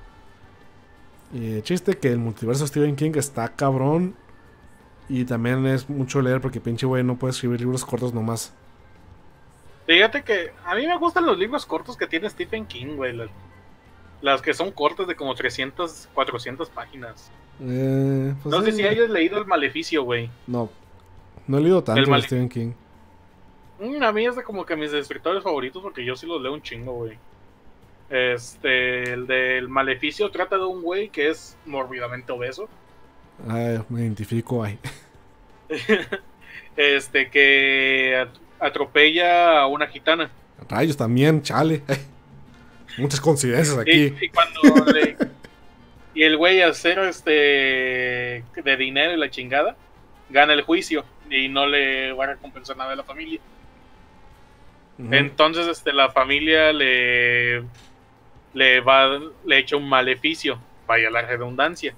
S1: Y el chiste que el multiverso de Stephen King está cabrón. Y también es mucho leer porque pinche güey no puede escribir libros cortos nomás.
S2: Fíjate que a mí me gustan los libros cortos que tiene Stephen King, güey. Las que son cortas de como 300, 400 páginas.
S1: Pues
S2: no sé si hayas leído El Maleficio, güey.
S1: No he leído tanto de Stephen King.
S2: A mí es de como que mis escritores favoritos porque yo sí los leo un chingo, güey. El del Maleficio trata de un güey que es mórbidamente obeso.
S1: Me identifico ahí.
S2: Que atropella a una gitana.
S1: Rayos también, chale. Muchas coincidencias aquí.
S2: Y el güey al ser de dinero y la chingada, gana el juicio y no le va a recompensar nada a la familia. Entonces la familia le echa un maleficio, vaya la redundancia.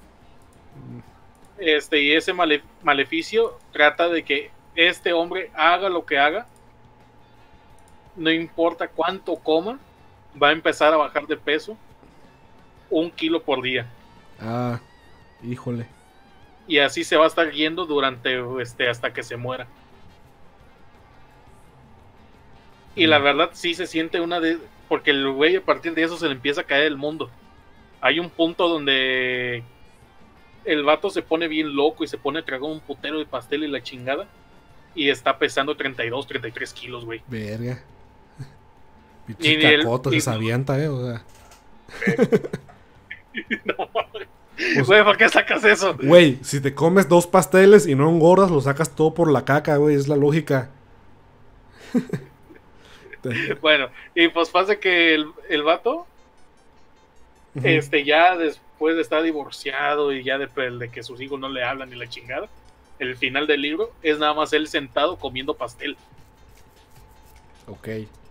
S2: Y ese maleficio trata de que este hombre haga lo que haga, no importa cuánto coma, va a empezar a bajar de peso 1 kilo por día.
S1: Híjole.
S2: Y así se va a estar yendo durante hasta que se muera. Y la verdad sí se siente porque el güey a partir de eso se le empieza a caer el mundo. Hay un punto donde el vato se pone bien loco y se pone a tragar un putero de pastel y la chingada. Y está pesando 32, 33 kilos, güey.
S1: Verga. Pinche cacoto se avienta, o sea.
S2: No, güey, ¿por qué sacas eso?
S1: Güey, si te comes 2 pasteles y no engordas, lo sacas todo por la caca, güey. Es la lógica.
S2: Bueno, y pues pasa que el vato, ya después de estar divorciado y ya de que sus hijos no le hablan ni la chingada, el final del libro es nada más él sentado comiendo pastel.
S1: Ok.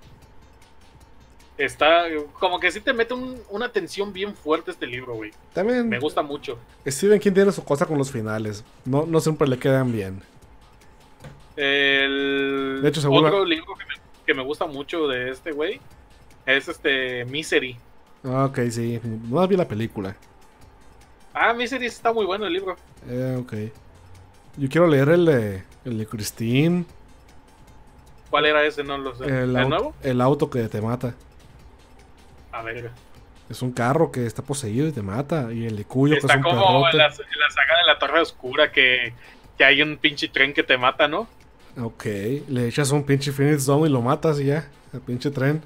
S2: Está como que sí te mete una tensión bien fuerte este libro, güey.
S1: También
S2: me gusta mucho.
S1: Stephen King tiene su cosa con los finales. No siempre le quedan bien.
S2: De hecho, otro libro que me gusta mucho de este güey es Misery.
S1: Ok, sí. No vi la película.
S2: Misery está muy bueno el libro.
S1: Ok. Yo quiero leer el de Christine.
S2: ¿Cuál era ese? No lo sé. ¿El nuevo?
S1: El auto que te mata.
S2: A ver.
S1: Es un carro que está poseído y te mata. Y el de Cuyo
S2: está que es un como en la saga de la Torre Oscura que hay un pinche tren que te mata, ¿no?
S1: Ok. Le echas un pinche Phoenix Zone y lo matas y ya. El pinche tren.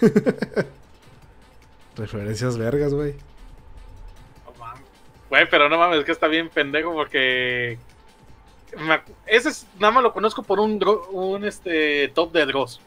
S1: Referencias vergas, güey.
S2: No mames. Güey, pero no mames, es que está bien pendejo porque... Ese nada más lo conozco por un top de Dross.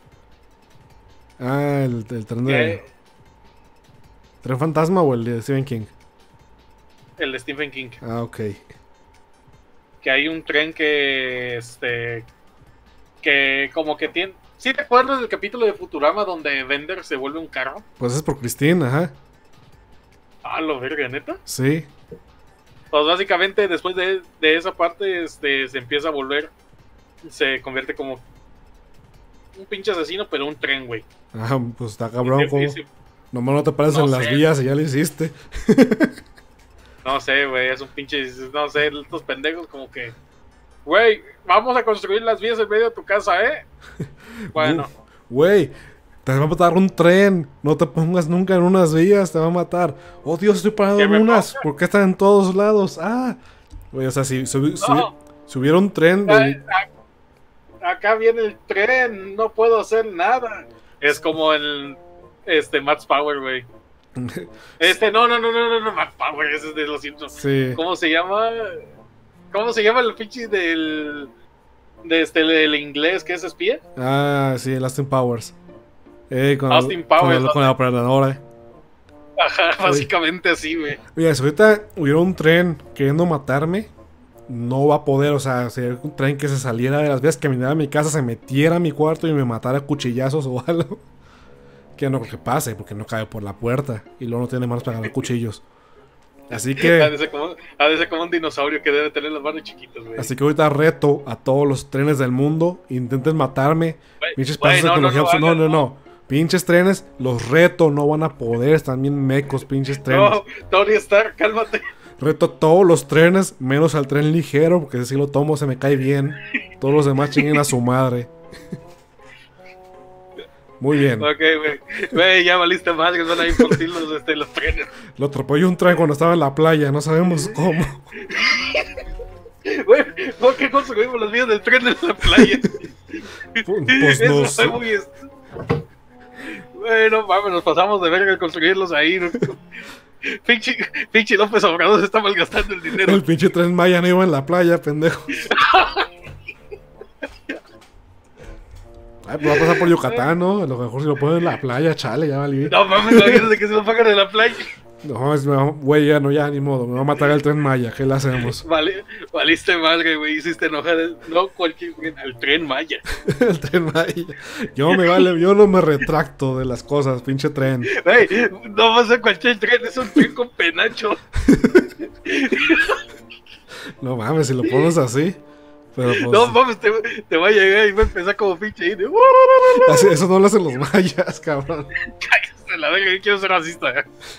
S1: El tren de... ¿Tren fantasma o el de Stephen King?
S2: El de Stephen King.
S1: Ok.
S2: Que hay un tren que como que ¿Sí te acuerdas del capítulo de Futurama donde Bender se vuelve un carro?
S1: Pues es por Christine, ajá.
S2: Ah, lo verga, ¿neta?
S1: Sí.
S2: Pues básicamente después de esa parte se empieza a volver, se convierte como un pinche asesino, pero un tren, güey.
S1: Ajá, pues está cabrón, como...
S2: Y
S1: Nomás no te pares
S2: No
S1: en las
S2: sé.
S1: vías y ya lo hiciste.
S2: no sé, güey, es un pinche, no sé, estos pendejos como que, güey, vamos a construir las vías en medio de tu casa, ¿eh? Bueno,
S1: Güey, te va a matar un tren. No te pongas nunca en unas vías, te va a matar. Oh Dios, estoy parado
S2: ¿Que
S1: en
S2: me
S1: unas.
S2: ponga?
S1: ¿Por qué están en todos lados? Ah. Güey, o sea,
S2: No.
S1: si hubiera un tren de...
S2: Acá viene el tren, no puedo hacer nada. Es como el Max Power, güey. No, Max Power, ese es de los Simpsons.
S1: Sí.
S2: ¿Cómo se llama? ¿Cómo se llama el pinche del inglés que es espía?
S1: Ah, sí, el Austin Powers. Con
S2: Austin Powers,
S1: con la operadora.
S2: Ajá, básicamente así, güey.
S1: Mira, si ahorita hubiera un tren queriendo matarme, no va a poder. O sea, si un tren que se saliera de las vías, caminara a mi casa, se metiera a mi cuarto y me matara a cuchillazos o algo. Que no creo que pase, porque no cabe por la puerta. Y luego no tiene manos para agarrar cuchillos. Así
S2: Ha
S1: que...
S2: de ser como un dinosaurio que debe tener las manos chiquitas, güey.
S1: Así que ahorita reto a todos los trenes del mundo. Intenten matarme. Pinches pasos de tecnología. No. Pinches trenes, los reto. No van a poder. Están bien mecos, pinches trenes.
S2: No, Tony Stark, cálmate.
S1: Reto a todos los trenes, menos al tren ligero. Porque si lo tomo, se me cae bien. Todos los demás chinguen a su madre. Muy bien.
S2: Ok, güey, ya valiste más que van a ir por ti los trenes.
S1: Lo atropelló un tren cuando estaba en la playa. No sabemos cómo.
S2: Güey, ¿por qué construimos las vías del tren en la playa?
S1: Pues
S2: Eso
S1: no
S2: está
S1: sé.
S2: muy... Bueno, mames, nos pasamos de verga al construirlos ahí, ¿no? Pinche López Obrador se está malgastando el dinero.
S1: El pinche tren Maya no iba en la playa, pendejo. Ay, pues va a pasar por Yucatán, ¿no? A lo mejor si lo ponen en la playa, chale, ya valí.
S2: No mames, imagínate que se lo pagan en la playa.
S1: No, güey, ya no, ya ni modo. Me va a matar el tren Maya, ¿qué le hacemos?
S2: Valiste madre, güey, hiciste enojar no cualquier al tren Maya.
S1: El tren Maya. Yo no me retracto de las cosas, pinche tren.
S2: Güey, no va a ser cualquier tren, es un tren con penacho.
S1: No mames, si lo pones así. Pero pues,
S2: No mames, te va a llegar y va a empezar como pinche ahí de...
S1: eso no lo hacen los mayas, cabrón.
S2: Cállate la verga, yo quiero ser racista.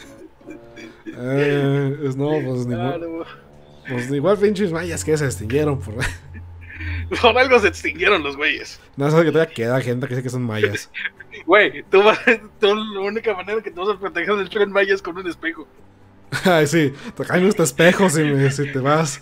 S1: No, pues ni modo. Pues igual pinches mayas que se extinguieron por...
S2: Por algo se extinguieron los güeyes.
S1: No, sabes que todavía queda gente que dice que son mayas.
S2: Güey, tú la única manera que te vas a proteger del tren Maya es con un espejo.
S1: Ay, sí, te caen este espejo si te vas.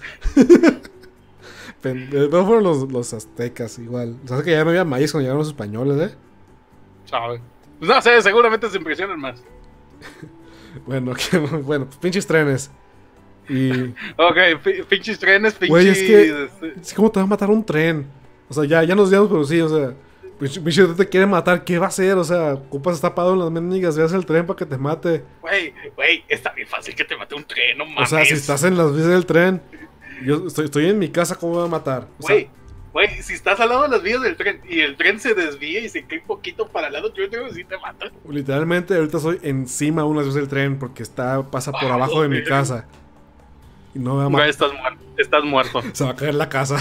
S1: Pero fueron los aztecas igual. O sea, que ya no había mayas cuando llegaron los españoles, ¿eh?
S2: ¿Sabes? Pues no sé, seguramente se impresionan más.
S1: Bueno, pues pinches trenes. Y...
S2: Ok, pinches trenes, pinches...
S1: Güey, es que... ¿Cómo te va a matar un tren? O sea, ya nos digamos, pero sí, o sea... Pinche tren te quiere matar, ¿qué va a hacer? O sea, ocupas estar parado en las mendigas, veas el tren para que te mate.
S2: Güey, está bien fácil que te mate un tren, no mames.
S1: O sea, si estás en las vías del tren... Yo estoy en mi casa, ¿cómo me va a matar? O sea,
S2: Güey, si estás al lado de las vías del tren y el tren se desvía y se cae un poquito para el lado, yo digo si te mata.
S1: Literalmente ahorita estoy encima de unas vías del tren porque pasa por abajo de mi casa. Y no me va a matar.
S2: Estás muerto.
S1: Se va a caer la casa.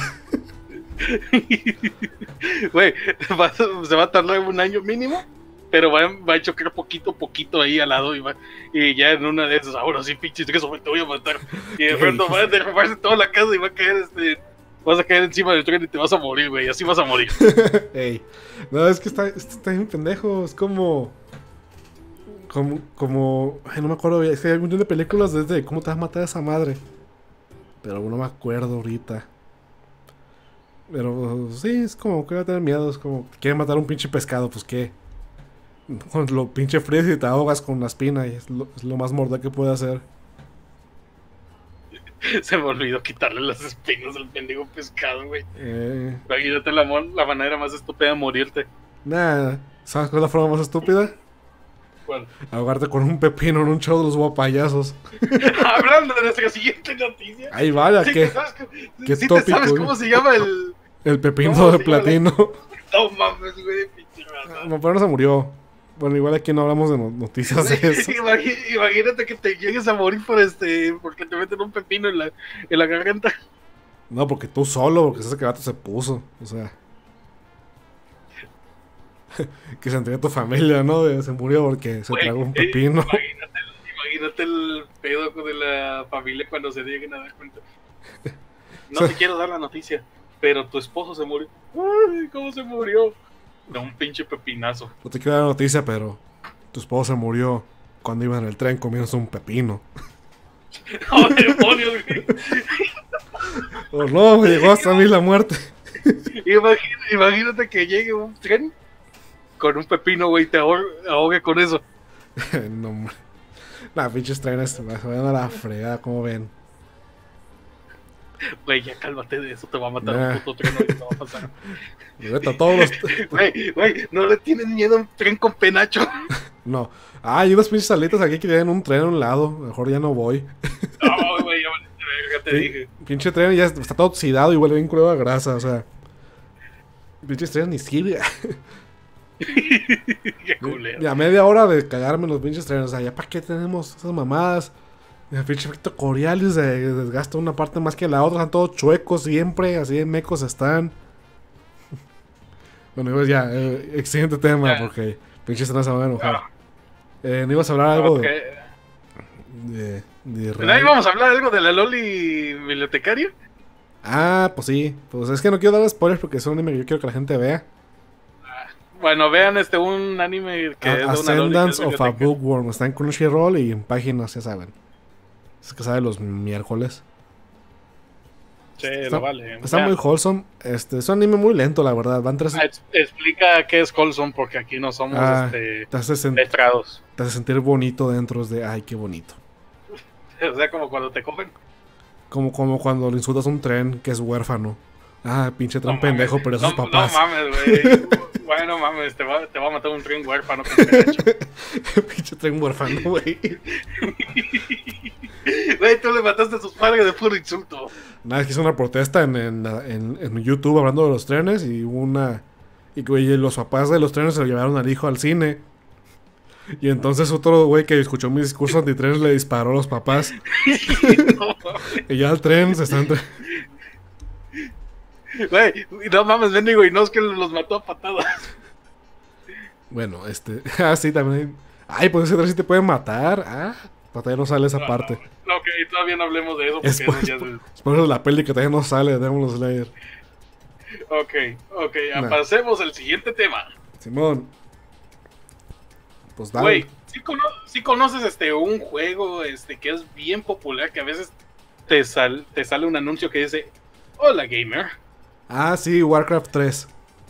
S2: Güey, se va a tardar un año mínimo, pero va a chocar poquito a poquito ahí al lado y ya en una de esas, ahora sí, pinche, que eso te voy a matar. Y de pronto va a derrumbarse toda la casa y va a caer vas a caer encima del tren y te vas a morir, güey, así vas a morir.
S1: Ey. No, es que está bien pendejo, es como... Ay, no me acuerdo, es que hay un montón de películas desde cómo te vas a matar a esa madre. Pero no me acuerdo ahorita. Pero sí, es como que va a tener miedo, es como... Quiere matar a un pinche pescado, pues qué. Con lo pinche frío y te ahogas con la espina y es lo más mortal que puede hacer.
S2: Se me olvidó quitarle las espinas al pendejo pescado, güey. Imagínate la manera más estúpida de morirte.
S1: Nah, ¿sabes cuál es la forma más estúpida?
S2: ¿Cuál?
S1: Ahogarte con un pepino en un show de los guapayazos.
S2: Hablando de nuestra siguiente noticia.
S1: Ahí vaya,
S2: ¿Sí
S1: ¿qué?
S2: ¿Sí te sabes cómo se llama
S1: el pepino de platino?
S2: No mames, güey,
S1: No, pero no se murió. Bueno, igual aquí no hablamos de noticias de eso.
S2: Imagínate que te llegues a morir porque te meten un pepino en la garganta.
S1: No, porque tú solo, porque ese que vato se puso. O sea. Que se enteró tu familia, ¿no? Se murió porque se tragó un pepino.
S2: Imagínate el pedo de la familia cuando se lleguen a dar cuenta. No te quiero dar la noticia, pero tu esposo se murió. Ay, ¿cómo se murió? De un pinche pepinazo.
S1: No te quiero dar la noticia, pero tu esposo se murió cuando iba en el tren comiéndose un pepino.
S2: ¡Oh, demonios, güey!
S1: Oh, no, me llegó hasta a mí la muerte.
S2: Imagínate que llegue un tren con un pepino, güey, te ahogue con eso.
S1: No, hombre. Nah, pinches trenes se van a la fregada, como ven.
S2: Güey, ya cálmate de eso, te va a matar un puto tren, no te va a pasar. Güey, ¿no le tienen miedo a un tren con penacho?
S1: No. Hay unas pinches salitas aquí que tienen un tren a un lado. Mejor ya no voy.
S2: No, güey, ya te dije.
S1: Pinche tren ya está todo oxidado y huele bien crudo a grasa, o sea. Pinches trenes ni sirve.
S2: Qué culero.
S1: Ya media hora de cagarme en los pinches trenes. O sea, ya para qué tenemos esas mamadas. El pinche efecto Coriolis desgasta una parte más que la otra. Están todos chuecos siempre. Así de mecos están. Bueno, pues ya, excelente tema porque pinches trenes se van a enojar. ¿No ibas a hablar algo de
S2: ¿No íbamos a hablar algo de la Loli bibliotecaria?
S1: Ah, pues sí. Pues es que no quiero dar spoilers porque es un anime que yo quiero que la gente vea.
S2: Bueno, vean un anime que es de una
S1: Ascendance of a Bookworm. Está en Crunchyroll y en páginas, ya saben. Es que sale los miércoles.
S2: Sí, lo vale.
S1: Está muy wholesome. Es un anime muy lento, la verdad. Van tres...
S2: Explica qué es wholesome porque aquí no somos letrados.
S1: Te hace sentir bonito dentro de... Ay, qué bonito.
S2: O sea, como cuando te cogen.
S1: Como cuando le insultas a un tren que es huérfano. Ah, pinche tren pendejo, pero esos papás.
S2: No mames, güey. Bueno, mames, te va a matar un tren huérfano.
S1: Pinche tren huérfano, güey.
S2: Güey, tú le mataste a sus padres de puro insulto.
S1: Nada, es que hizo una protesta en YouTube hablando de los trenes y güey, los papás de los trenes se lo llevaron al hijo al cine. Y entonces otro güey que escuchó mi discurso antitrenes le disparó a los papás. No, y ya el tren se está
S2: Güey, no mames, bendigo, y no es que los mató a patadas.
S1: Bueno, sí, también. Ay, pues ese tren sí te puede matar. Ah, todavía no sale esa parte.
S2: No, ok, todavía no hablemos de eso porque
S1: eso ya es por eso la peli que todavía no sale de Demon Slayer.
S2: Ok, pasemos al siguiente tema.
S1: Simón. Pues dale.
S2: Güey, ¿sí conoces un juego que es bien popular que a veces te sale un anuncio que dice hola gamer?
S1: Ah, sí, Warcraft 3.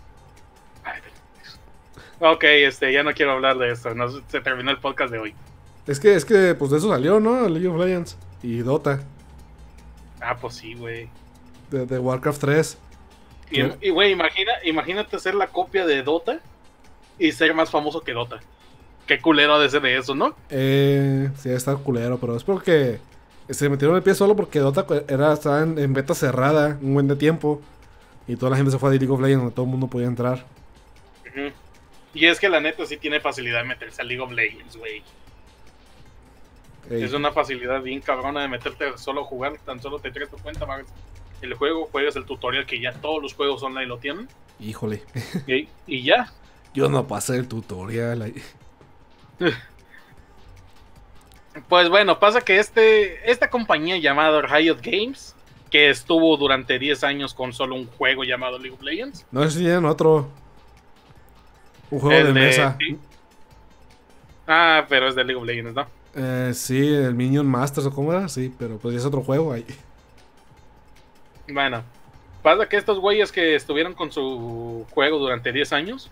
S2: Ok, ya no quiero hablar de esto, se terminó el podcast de hoy.
S1: Es que pues de eso salió, ¿no? League of Legends y Dota.
S2: Ah, pues sí, güey.
S1: De Warcraft 3.
S2: Y güey, imagínate hacer la copia de Dota y ser más famoso que Dota. Qué culero ha de ser de eso, ¿no?
S1: Sí, está culero, pero es porque se metieron el pie solo porque Dota estaba en beta cerrada un buen de tiempo. Y toda la gente se fue a League of Legends donde todo el mundo podía entrar.
S2: Uh-huh. Y es que la neta sí tiene facilidad de meterse a League of Legends, güey. Es una facilidad bien cabrona de meterte solo a jugar, tan solo te traes tu cuenta, más el juego, juegas el tutorial que ya todos los juegos online lo tienen.
S1: Híjole.
S2: Y ya.
S1: Yo no pasé el tutorial ahí.
S2: Pues bueno, pasa que esta compañía llamada Riot Games, que estuvo durante 10 años con solo un juego llamado League of Legends.
S1: No, si tienen otro. Un juego de mesa.
S2: Sí. Ah, pero es de League of Legends, ¿no?
S1: Sí, el Minion Masters o cómo era, sí, pero pues ya es otro juego ahí.
S2: Bueno, pasa que estos güeyes que estuvieron con su juego durante 10 años,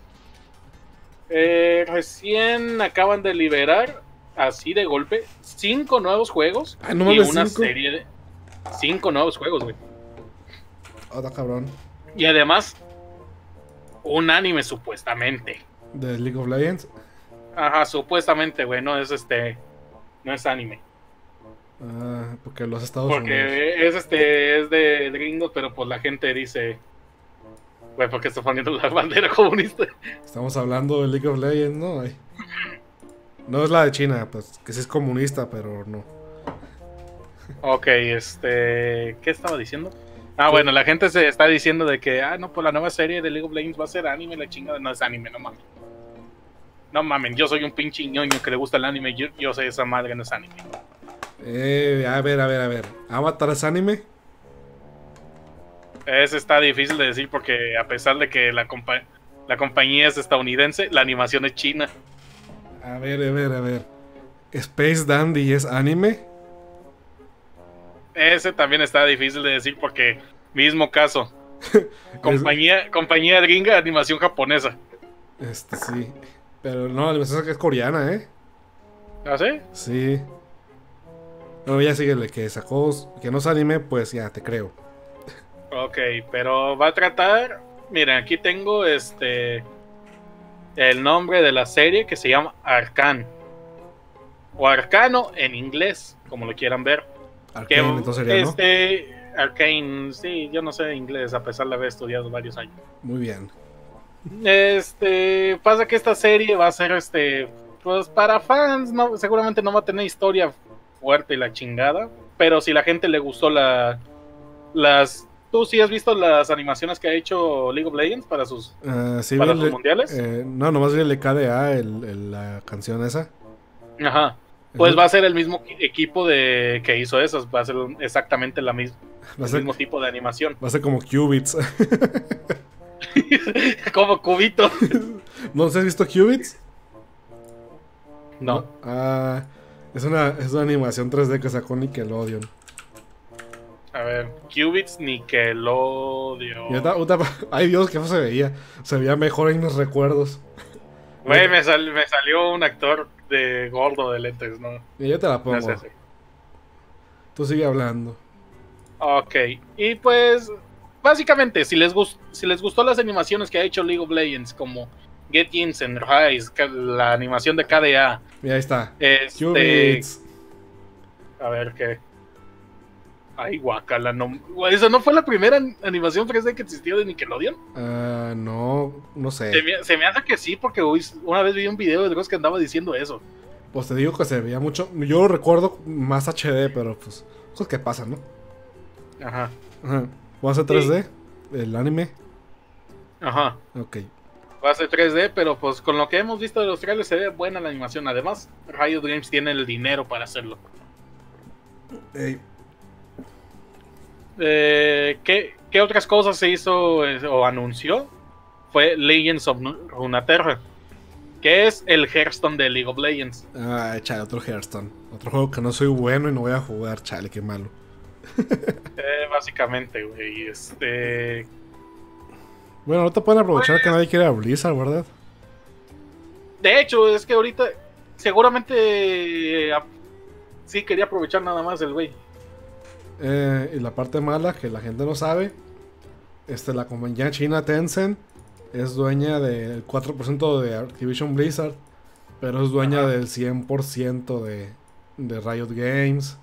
S2: recién acaban de liberar, así de golpe, 5 nuevos juegos.
S1: Ah, no,
S2: y una serie de 5 nuevos juegos, güey.
S1: Oh, está cabrón.
S2: Y además, un anime supuestamente.
S1: ¿De League of Legends?
S2: Ajá, supuestamente, güey, no es anime.
S1: Ah, porque los Estados
S2: Unidos. Porque es de gringos, pero pues la gente dice Güey, ¿por qué estás poniendo la bandera comunista?
S1: Estamos hablando de League of Legends, ¿no? Ay. No es la de China, pues que sí es comunista, pero no.
S2: Ok, ¿qué estaba diciendo? Ah, bueno, la gente se está diciendo de que, no, pues la nueva serie de League of Legends va a ser anime, la chingada. No es anime, no mames. No mames, yo soy un pinche ñoño que le gusta el anime, yo sé esa madre, no es anime.
S1: A ver. ¿Avatar es anime?
S2: Ese está difícil de decir porque a pesar de que la compañía es estadounidense, la animación es china.
S1: A ver. ¿Space Dandy es anime?
S2: Ese también está difícil de decir porque mismo caso. Compañía gringa, animación japonesa.
S1: Sí. Pero no, la animación es coreana, ¿eh?
S2: ¿Ah, sí?
S1: Sí. No, ya síguele, que sacó, que no es anime, pues ya, te creo.
S2: Ok, pero va a tratar... Miren, aquí tengo el nombre de la serie que se llama Arcane. O Arcano en inglés, como lo quieran ver.
S1: Arcane, entonces sería, ¿no?
S2: Arcane, sí, yo no sé inglés a pesar de haber estudiado varios años.
S1: Muy bien.
S2: Pasa que esta serie va a ser pues para fans, no, seguramente no va a tener historia fuerte y la chingada, pero si la gente le gustó ¿tú sí has visto las animaciones que ha hecho League of Legends para sus
S1: Sí,
S2: para los mundiales?
S1: No, nomás vi el KDA, la canción esa.
S2: Ajá. Pues va a ser el mismo equipo que hizo esas, va a ser exactamente el mismo tipo de animación.
S1: Va a ser como Qubits.
S2: Como cubito.
S1: ¿No has visto Qubits?
S2: No.
S1: Es una animación 3D que sacó Nickelodeon.
S2: A ver, Qubits Nickelodeon.
S1: Ay Dios, que no se veía. Se veía mejor en mis recuerdos.
S2: Güey, me salió un actor de gordo de lentes, ¿no?
S1: Y yo te la pongo.
S2: No sé si.
S1: Tú sigue hablando.
S2: Ok, y pues básicamente, si les gustó las animaciones que ha hecho League of Legends, como Get Jensen, Rise, la animación de KDA.
S1: Y ahí está.
S2: Qubits. A ver qué. Ay, guacala, no. ¿Esa no fue la primera animación 3D que existió de Nickelodeon?
S1: No sé.
S2: Se me hace que sí, porque una vez vi un video de Dross que andaba diciendo eso.
S1: Pues te digo que se veía mucho. Yo lo recuerdo más HD, pero pues cosas que pasan, ¿no?
S2: Ajá.
S1: ¿Va a ser 3D? ¿El anime?
S2: Ajá.
S1: Ok.
S2: Va a ser 3D, pero pues con lo que hemos visto de los trailers se ve buena la animación. Además, Riot Games tiene el dinero para hacerlo. ¿Qué otras cosas se hizo o anunció? Fue Legends of Runeterra, que es el Hearthstone de League of Legends.
S1: Chale, otro Hearthstone. Otro juego que no soy bueno y no voy a jugar. Chale, qué malo.
S2: Básicamente, güey.
S1: Bueno, ahorita pueden aprovechar que nadie quiere a Blizzard, ¿verdad?
S2: De hecho, es que ahorita seguramente sí quería aprovechar nada más el güey.
S1: Y la parte mala, que la gente no sabe, la compañía china Tencent es dueña del 4% de Activision Blizzard, pero es dueña del 100% de Riot Games.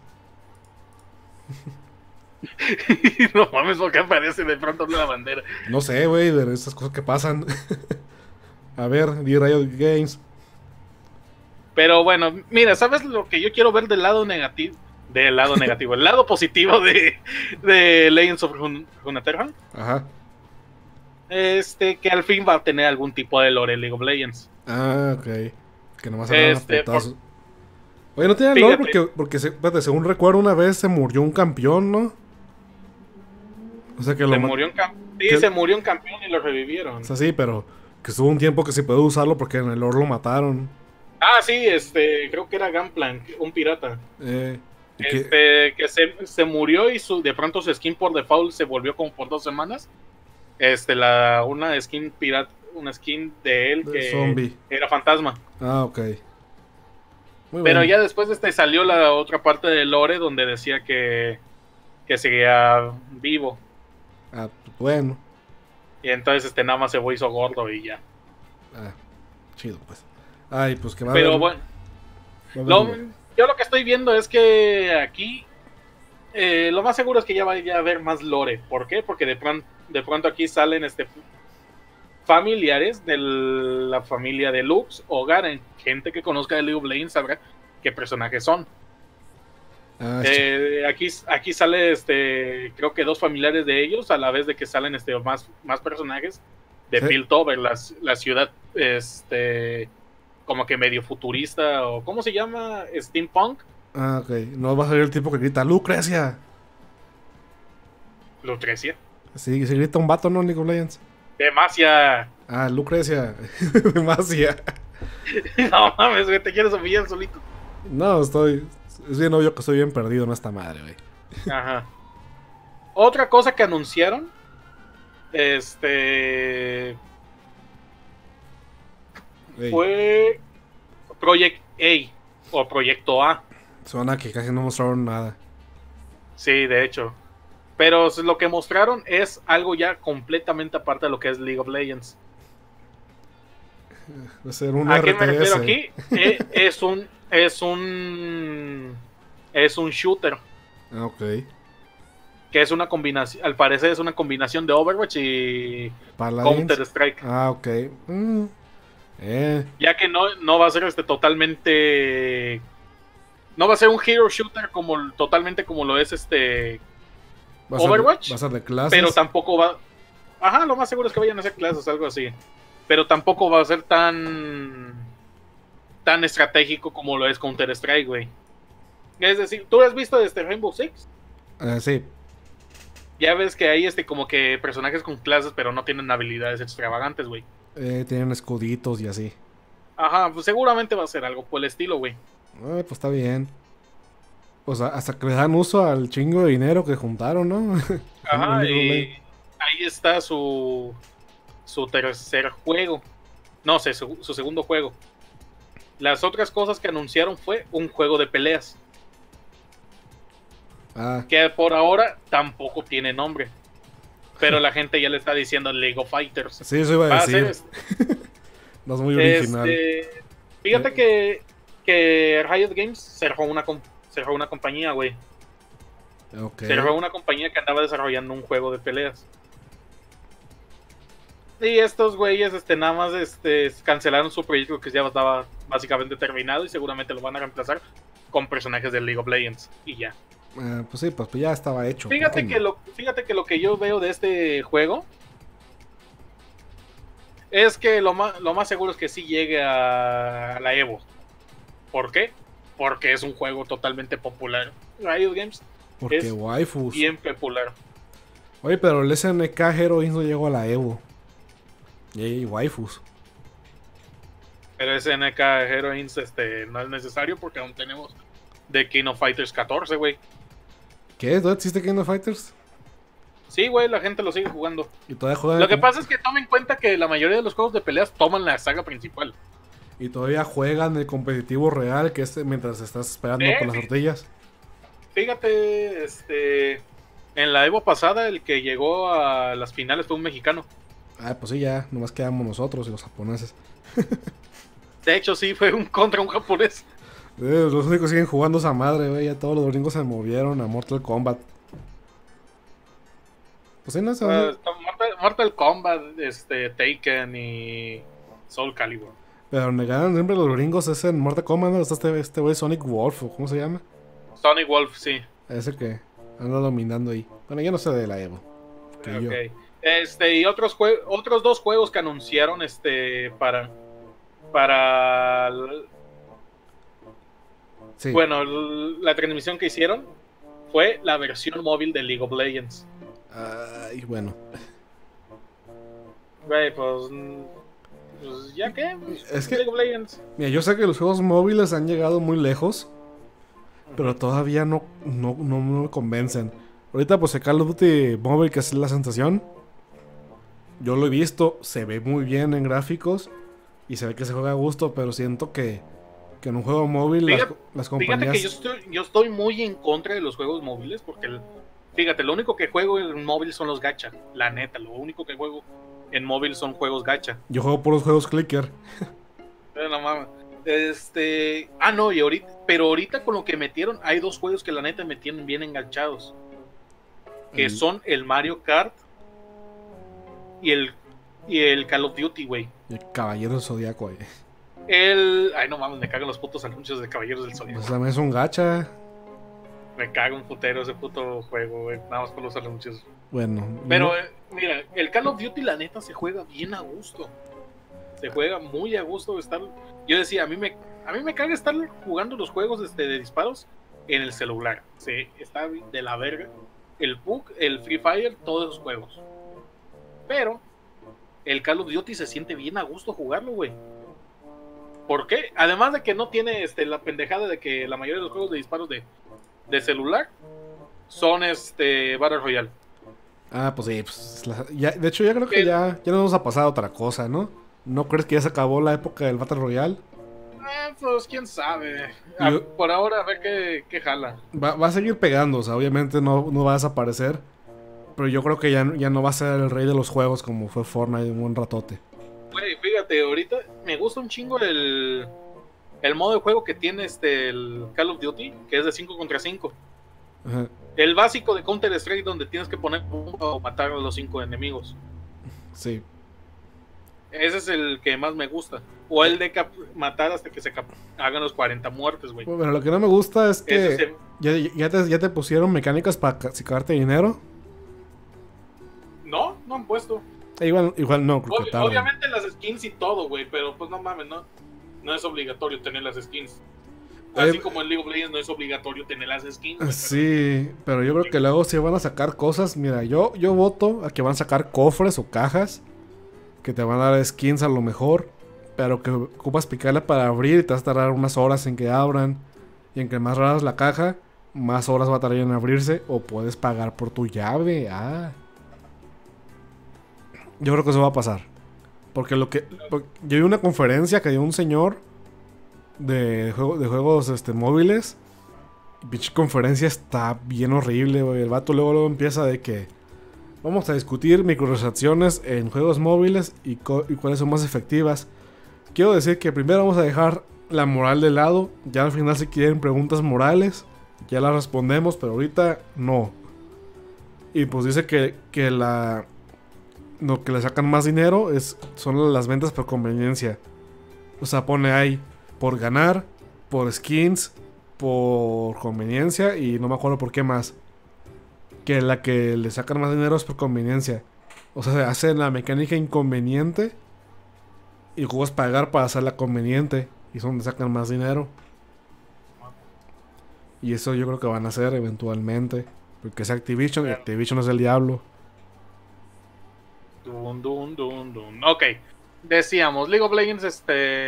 S2: No mames, porque aparece de pronto la bandera.
S1: No sé, güey, de esas cosas que pasan. A ver, di Riot Games.
S2: Pero bueno, mira, ¿sabes lo que yo quiero ver del lado negativo? El lado positivo de Legends of Runeterra.
S1: Ajá.
S2: Que al fin va a tener algún tipo de lore League of Legends.
S1: Ok. Que nomás se Oye, no tenía lore porque según recuerdo una vez se murió un campeón, ¿no? O sea que
S2: se murió un campeón y lo revivieron.
S1: O sea, sí, pero que estuvo un tiempo que se puede usarlo porque en el lore lo mataron.
S2: Sí, creo que era Gunplank, un pirata.
S1: Que
S2: se murió y de pronto su skin por default se volvió como por 2 semanas. Una skin pirata, una skin de él que
S1: zombie.
S2: Era fantasma.
S1: Ok.
S2: Muy Pero bueno. Ya después salió la otra parte de lore donde decía que seguía vivo.
S1: Bueno.
S2: Y entonces nada más se hizo gordo y ya.
S1: Chido, pues. Ay, pues que va.
S2: Pero bueno. Yo lo que estoy viendo es que aquí lo más seguro es que ya vaya a haber más lore. ¿Por qué? Porque de pronto aquí salen familiares de la familia de Lux o Garen. Gente que conozca de League of Legends sabrá qué personajes son. Aquí sale creo que 2 familiares de ellos, a la vez de que salen más personajes de
S1: Sí.
S2: Piltover, la ciudad como que medio futurista, o ¿cómo se llama? Steampunk.
S1: Ok. No va a salir el tipo que grita ¡Lucrecia!
S2: Lucrecia.
S1: Sí, se grita un vato, ¿no? En League of Legends.
S2: Demacia.
S1: Ah, Lucrecia. Demacia.
S2: No mames, güey, te quieres humillar solito.
S1: No, es bien obvio que estoy bien perdido en esta madre, güey.
S2: Ajá. Otra cosa que anunciaron, fue Project A o Proyecto A.
S1: Suena que casi no mostraron nada.
S2: Sí, de hecho. Pero lo que mostraron es algo ya completamente aparte de lo que es League of Legends.
S1: Va a ser un
S2: ¿A qué me
S1: RTS.
S2: refiero aquí? Es un shooter.
S1: Ah, ok.
S2: Que es una combinación, al parecer es una combinación de Overwatch y
S1: Paladins.
S2: Counter Strike.
S1: Ah, ok.
S2: Ya que no va a ser totalmente. No va a ser un hero shooter totalmente como lo es Overwatch.
S1: Va a ser de clases.
S2: Pero tampoco va. Ajá, lo más seguro es que vayan a hacer clases, algo así. Pero tampoco va a ser tan estratégico como lo es Counter Strike, güey. Es decir, ¿tú has visto Rainbow Six?
S1: Sí.
S2: Ya ves que hay como que personajes con clases, pero no tienen habilidades extravagantes, güey.
S1: Tienen escuditos y así.
S2: Ajá, pues seguramente va a ser algo por el estilo, güey.
S1: Pues está bien. O sea, hasta que le dan uso al chingo de dinero que juntaron, ¿no?
S2: Ajá, y ahí está su tercer juego. No sé, su segundo juego. Las otras cosas que anunciaron fue un juego de peleas. Que por ahora tampoco tiene nombre. Pero la gente ya le está diciendo League of Fighters.
S1: Sí, eso iba a decir. No es muy original.
S2: Fíjate que Riot Games cerró una compañía, güey.
S1: Okay.
S2: Cerró una compañía que andaba desarrollando un juego de peleas. Y estos güeyes nada más cancelaron su proyecto que ya estaba básicamente terminado y seguramente lo van a reemplazar con personajes de League of Legends y ya.
S1: Pues sí, pues ya estaba hecho.
S2: Fíjate que lo que yo veo de este juego es que lo más seguro es que sí llegue a la Evo. ¿Por qué? Porque es un juego totalmente popular. Riot Games
S1: porque
S2: es
S1: waifus.
S2: Bien popular.
S1: Oye, pero el SNK Heroines no llegó a la Evo. Y hay waifus.
S2: Pero SNK Heroines no es necesario porque aún tenemos The King of Fighters 14, güey.
S1: ¿Qué? ¿Todavía existe King of Fighters?
S2: Sí, güey, la gente lo sigue jugando.
S1: ¿Y todavía juegan?
S2: Lo que pasa es que tomen en cuenta que la mayoría de los juegos de peleas toman la saga principal.
S1: Y todavía juegan el competitivo real, que es mientras estás esperando por las tortillas.
S2: Fíjate, en la Evo pasada el que llegó a las finales fue un mexicano.
S1: Pues sí, ya, nomás quedamos nosotros y los japoneses.
S2: De hecho, sí, fue contra un japonés.
S1: Los únicos siguen jugando esa madre, güey. Ya todos los gringos se movieron a Mortal Kombat. Pues sí, no sé.
S2: Mortal Kombat, Taken y Soul Calibur.
S1: Pero negaron siempre los gringos es en Mortal Kombat, ¿no? Está este güey Sonic Wolf, ¿o cómo se llama?
S2: Sonic Wolf, sí.
S1: Ese que anda dominando ahí. Bueno, yo no sé de la Evo.
S2: Okay. Y otros 2 juegos que anunciaron para
S1: sí.
S2: Bueno, la transmisión que hicieron fue la versión móvil de League of Legends.
S1: Ay, bueno.
S2: Güey, pues ya que
S1: es que
S2: League of Legends.
S1: Mira, yo sé que los juegos móviles han llegado muy lejos, pero todavía no me convencen. Ahorita pues el Call of Duty móvil, que es la sensación, yo lo he visto, se ve muy bien en gráficos y se ve que se juega a gusto, pero siento que en un juego móvil las compañías...
S2: Fíjate que yo estoy muy en contra de los juegos móviles porque, fíjate, lo único que juego en móvil son los gacha. La neta, lo único que juego en móvil son juegos gacha.
S1: Yo juego por los juegos clicker.
S2: No mames. No, pero ahorita con lo que metieron, hay 2 juegos que la neta me tienen bien enganchados. Que son el Mario Kart y el y el Call of Duty, güey.
S1: El Caballero del Zodíaco, güey.
S2: Ay, no mames, me cagan los putos anuncios de Caballeros del Zodiaco.
S1: Pues también es un gacha.
S2: Me caga un putero ese puto juego, güey. Nada más por los anuncios.
S1: Bueno.
S2: Pero, mira, el Call of Duty, la neta, se juega bien a gusto. Se juega muy a gusto estar. Yo decía, a mí me caga estar jugando los juegos de disparos en el celular. Sí, está de la verga. El PUBG, el Free Fire, todos esos juegos. Pero el Call of Duty se siente bien a gusto jugarlo, güey. ¿Por qué? Además de que no tiene la pendejada de que la mayoría de los juegos de disparos de celular son Battle Royale.
S1: Ah, pues sí, pues, de hecho ya creo que ya no nos ha pasado otra cosa, ¿no? ¿No crees que ya se acabó la época del Battle Royale?
S2: Pues quién sabe. Por ahora a ver qué jala.
S1: Va a seguir pegando, o sea, obviamente no va a desaparecer. Pero yo creo que ya no va a ser el rey de los juegos como fue Fortnite un buen ratote.
S2: Güey, fíjate, ahorita me gusta un chingo el modo de juego que tiene el Call of Duty, que es de 5 contra 5.
S1: Ajá.
S2: El básico de Counter-Strike donde tienes que poner o matar a los 5 enemigos.
S1: Sí.
S2: Ese es el que más me gusta. O el de matar hasta que se hagan los 40 muertes, güey.
S1: Bueno, lo que no me gusta es que ya te pusieron mecánicas para sacarte dinero.
S2: No han puesto.
S1: Igual no, creo que
S2: obviamente las skins y todo, güey, pero pues no mames, no es obligatorio tener las skins. Así como en League of Legends no es obligatorio tener las skins. Wey,
S1: sí, pero yo creo que luego sí van a sacar cosas. Mira, yo voto a que van a sacar cofres o cajas que te van a dar skins a lo mejor, pero que ocupas picarla para abrir y te vas a tardar unas horas en que abran. Y en que más raras la caja, más horas va a tardar en abrirse. O puedes pagar por tu llave. Yo creo que eso va a pasar. Porque yo vi una conferencia que dio un señor de juegos móviles. Y pinche conferencia está bien horrible, güey. El vato luego empieza de que vamos a discutir microtransacciones en juegos móviles y cuáles son más efectivas. Quiero decir que primero vamos a dejar la moral de lado. Ya al final si quieren preguntas morales, ya las respondemos, pero ahorita no. Y pues dice que lo que le sacan más dinero son las ventas por conveniencia. O sea, pone ahí por ganar, por skins, por conveniencia y no me acuerdo por qué más. Que la que le sacan más dinero es por conveniencia. O sea, se hace la mecánica inconveniente y juegas pagar para hacerla conveniente. Y es donde sacan más dinero. Y eso yo creo que van a hacer eventualmente. Porque es Activision y Activision es el diablo.
S2: Ok, decíamos League of Legends,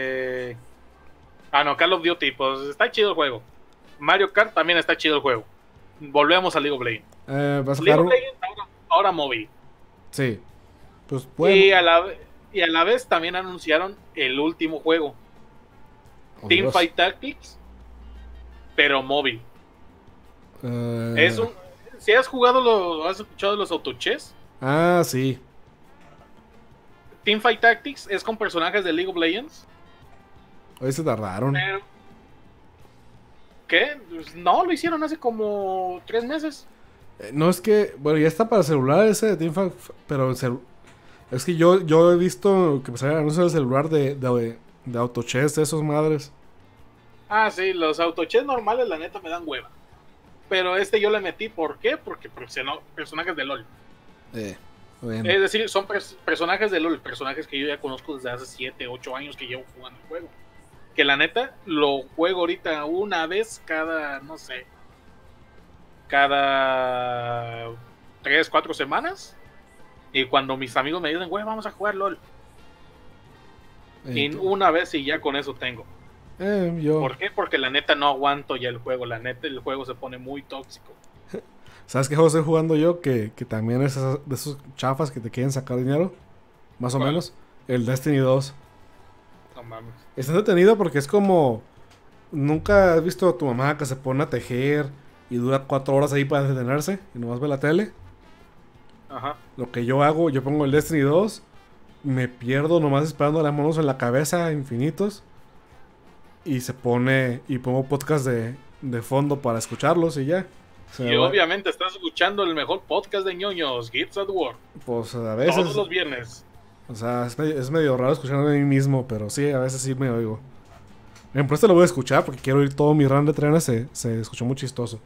S2: no, Call of Duty, pues está chido el juego. Mario Kart también está chido el juego. Volvemos a League of Legends. League of Legends ahora móvil.
S1: Sí. Pues bueno.
S2: Y a la vez también anunciaron el último juego. Teamfight Tactics, pero móvil. Si has has escuchado los autochess.
S1: Sí.
S2: Teamfight Tactics es con personajes de League of Legends.
S1: Hoy se tardaron.
S2: ¿Qué? No, lo hicieron hace como 3 meses.
S1: No, es que, bueno, ya está para celular ese de Teamfight, pero es que yo he visto que salieron anuncios del celular de autochess de esos madres.
S2: Sí, los autochess normales la neta me dan hueva. Pero yo le metí, ¿por qué? Porque personajes de LOL.
S1: Bueno.
S2: Es decir, son personajes de LOL, personajes que yo ya conozco desde hace 7, 8 años que llevo jugando el juego. Que la neta, lo juego ahorita una vez cada 3, 4 semanas. Y cuando mis amigos me dicen, güey, vamos a jugar LOL. Y una vez y ya con eso tengo. ¿Por qué? Porque la neta no aguanto ya el juego. La neta el juego se pone muy tóxico.
S1: ¿Sabes qué juego estoy jugando yo? Que también es de esos chafas que te quieren sacar dinero. Más o menos. El Destiny 2.
S2: No mames.
S1: Está entretenido porque es como... ¿Nunca has visto a tu mamá que se pone a tejer y dura 4 horas ahí para detenerse y nomás ve la tele?
S2: Ajá.
S1: Lo que yo hago, yo pongo el Destiny 2, me pierdo nomás esperando las manos en la cabeza infinitos y pongo podcast de fondo para escucharlos y ya.
S2: Y obviamente estás escuchando el mejor podcast de ñoños, Geeks at Work.
S1: Pues a veces.
S2: Todos los viernes.
S1: O sea, es medio raro escucharme a mí mismo, pero sí, a veces sí me oigo. Por esto lo voy a escuchar porque quiero oír todo mi run de trenes. Se escuchó muy chistoso.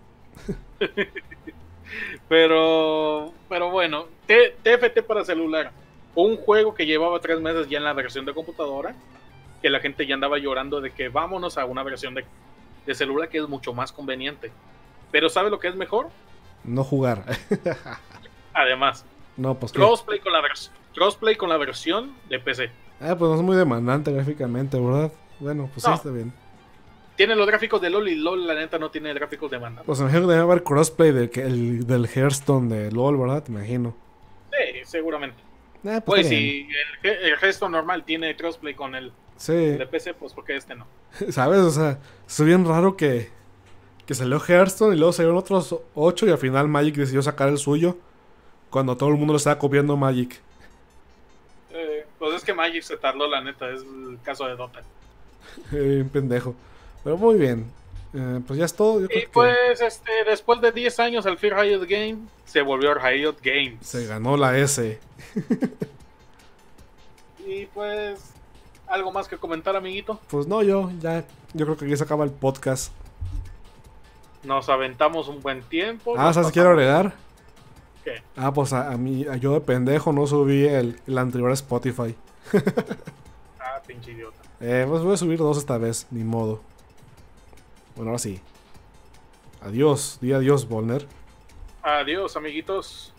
S2: Pero bueno, TFT para celular. Un juego que llevaba 3 meses ya en la versión de computadora. Que la gente ya andaba llorando de que vámonos a una versión de celular que es mucho más conveniente. Pero ¿sabe lo que es mejor?
S1: No jugar.
S2: Además,
S1: No, pues qué.
S2: crossplay con la versión de PC.
S1: Pues no es muy demandante gráficamente, ¿verdad? Bueno, pues sí,
S2: No,
S1: está bien.
S2: tiene los gráficos de LOL y LOL la neta no tiene gráficos de banda.
S1: Pues me imagino que debe haber crossplay del Hearthstone de LOL, ¿verdad? Me imagino.
S2: Sí, seguramente.
S1: Pues
S2: Pues
S1: está bien.
S2: si el gesto normal tiene crossplay con el
S1: Sí.
S2: de PC, pues porque este no.
S1: ¿Sabes? O sea, es bien raro que salió Hearthstone y luego salieron otros 8 y al final Magic decidió sacar el suyo cuando todo el mundo le estaba copiando Magic.
S2: Pues es que Magic se tardó, la neta, es el caso de Dota.
S1: Un pendejo. Pero muy bien. Pues ya es todo. Yo
S2: Y
S1: creo que
S2: pues después de 10 años al Fear Riot Game, se volvió Riot Games.
S1: se ganó la S.
S2: Y pues, ¿algo más que comentar, amiguito?
S1: Pues no, yo creo que aquí se acaba el podcast.
S2: Nos aventamos un buen tiempo.
S1: ¿Sabes qué quiero agregar?
S2: ¿Qué?
S1: Pues a mí, yo de pendejo no subí el anterior a Spotify.
S2: Ah, pinche idiota.
S1: Pues voy a subir 2 esta vez, ni modo. Bueno, ahora sí. Adiós, di adiós, Volner.
S2: Adiós, amiguitos.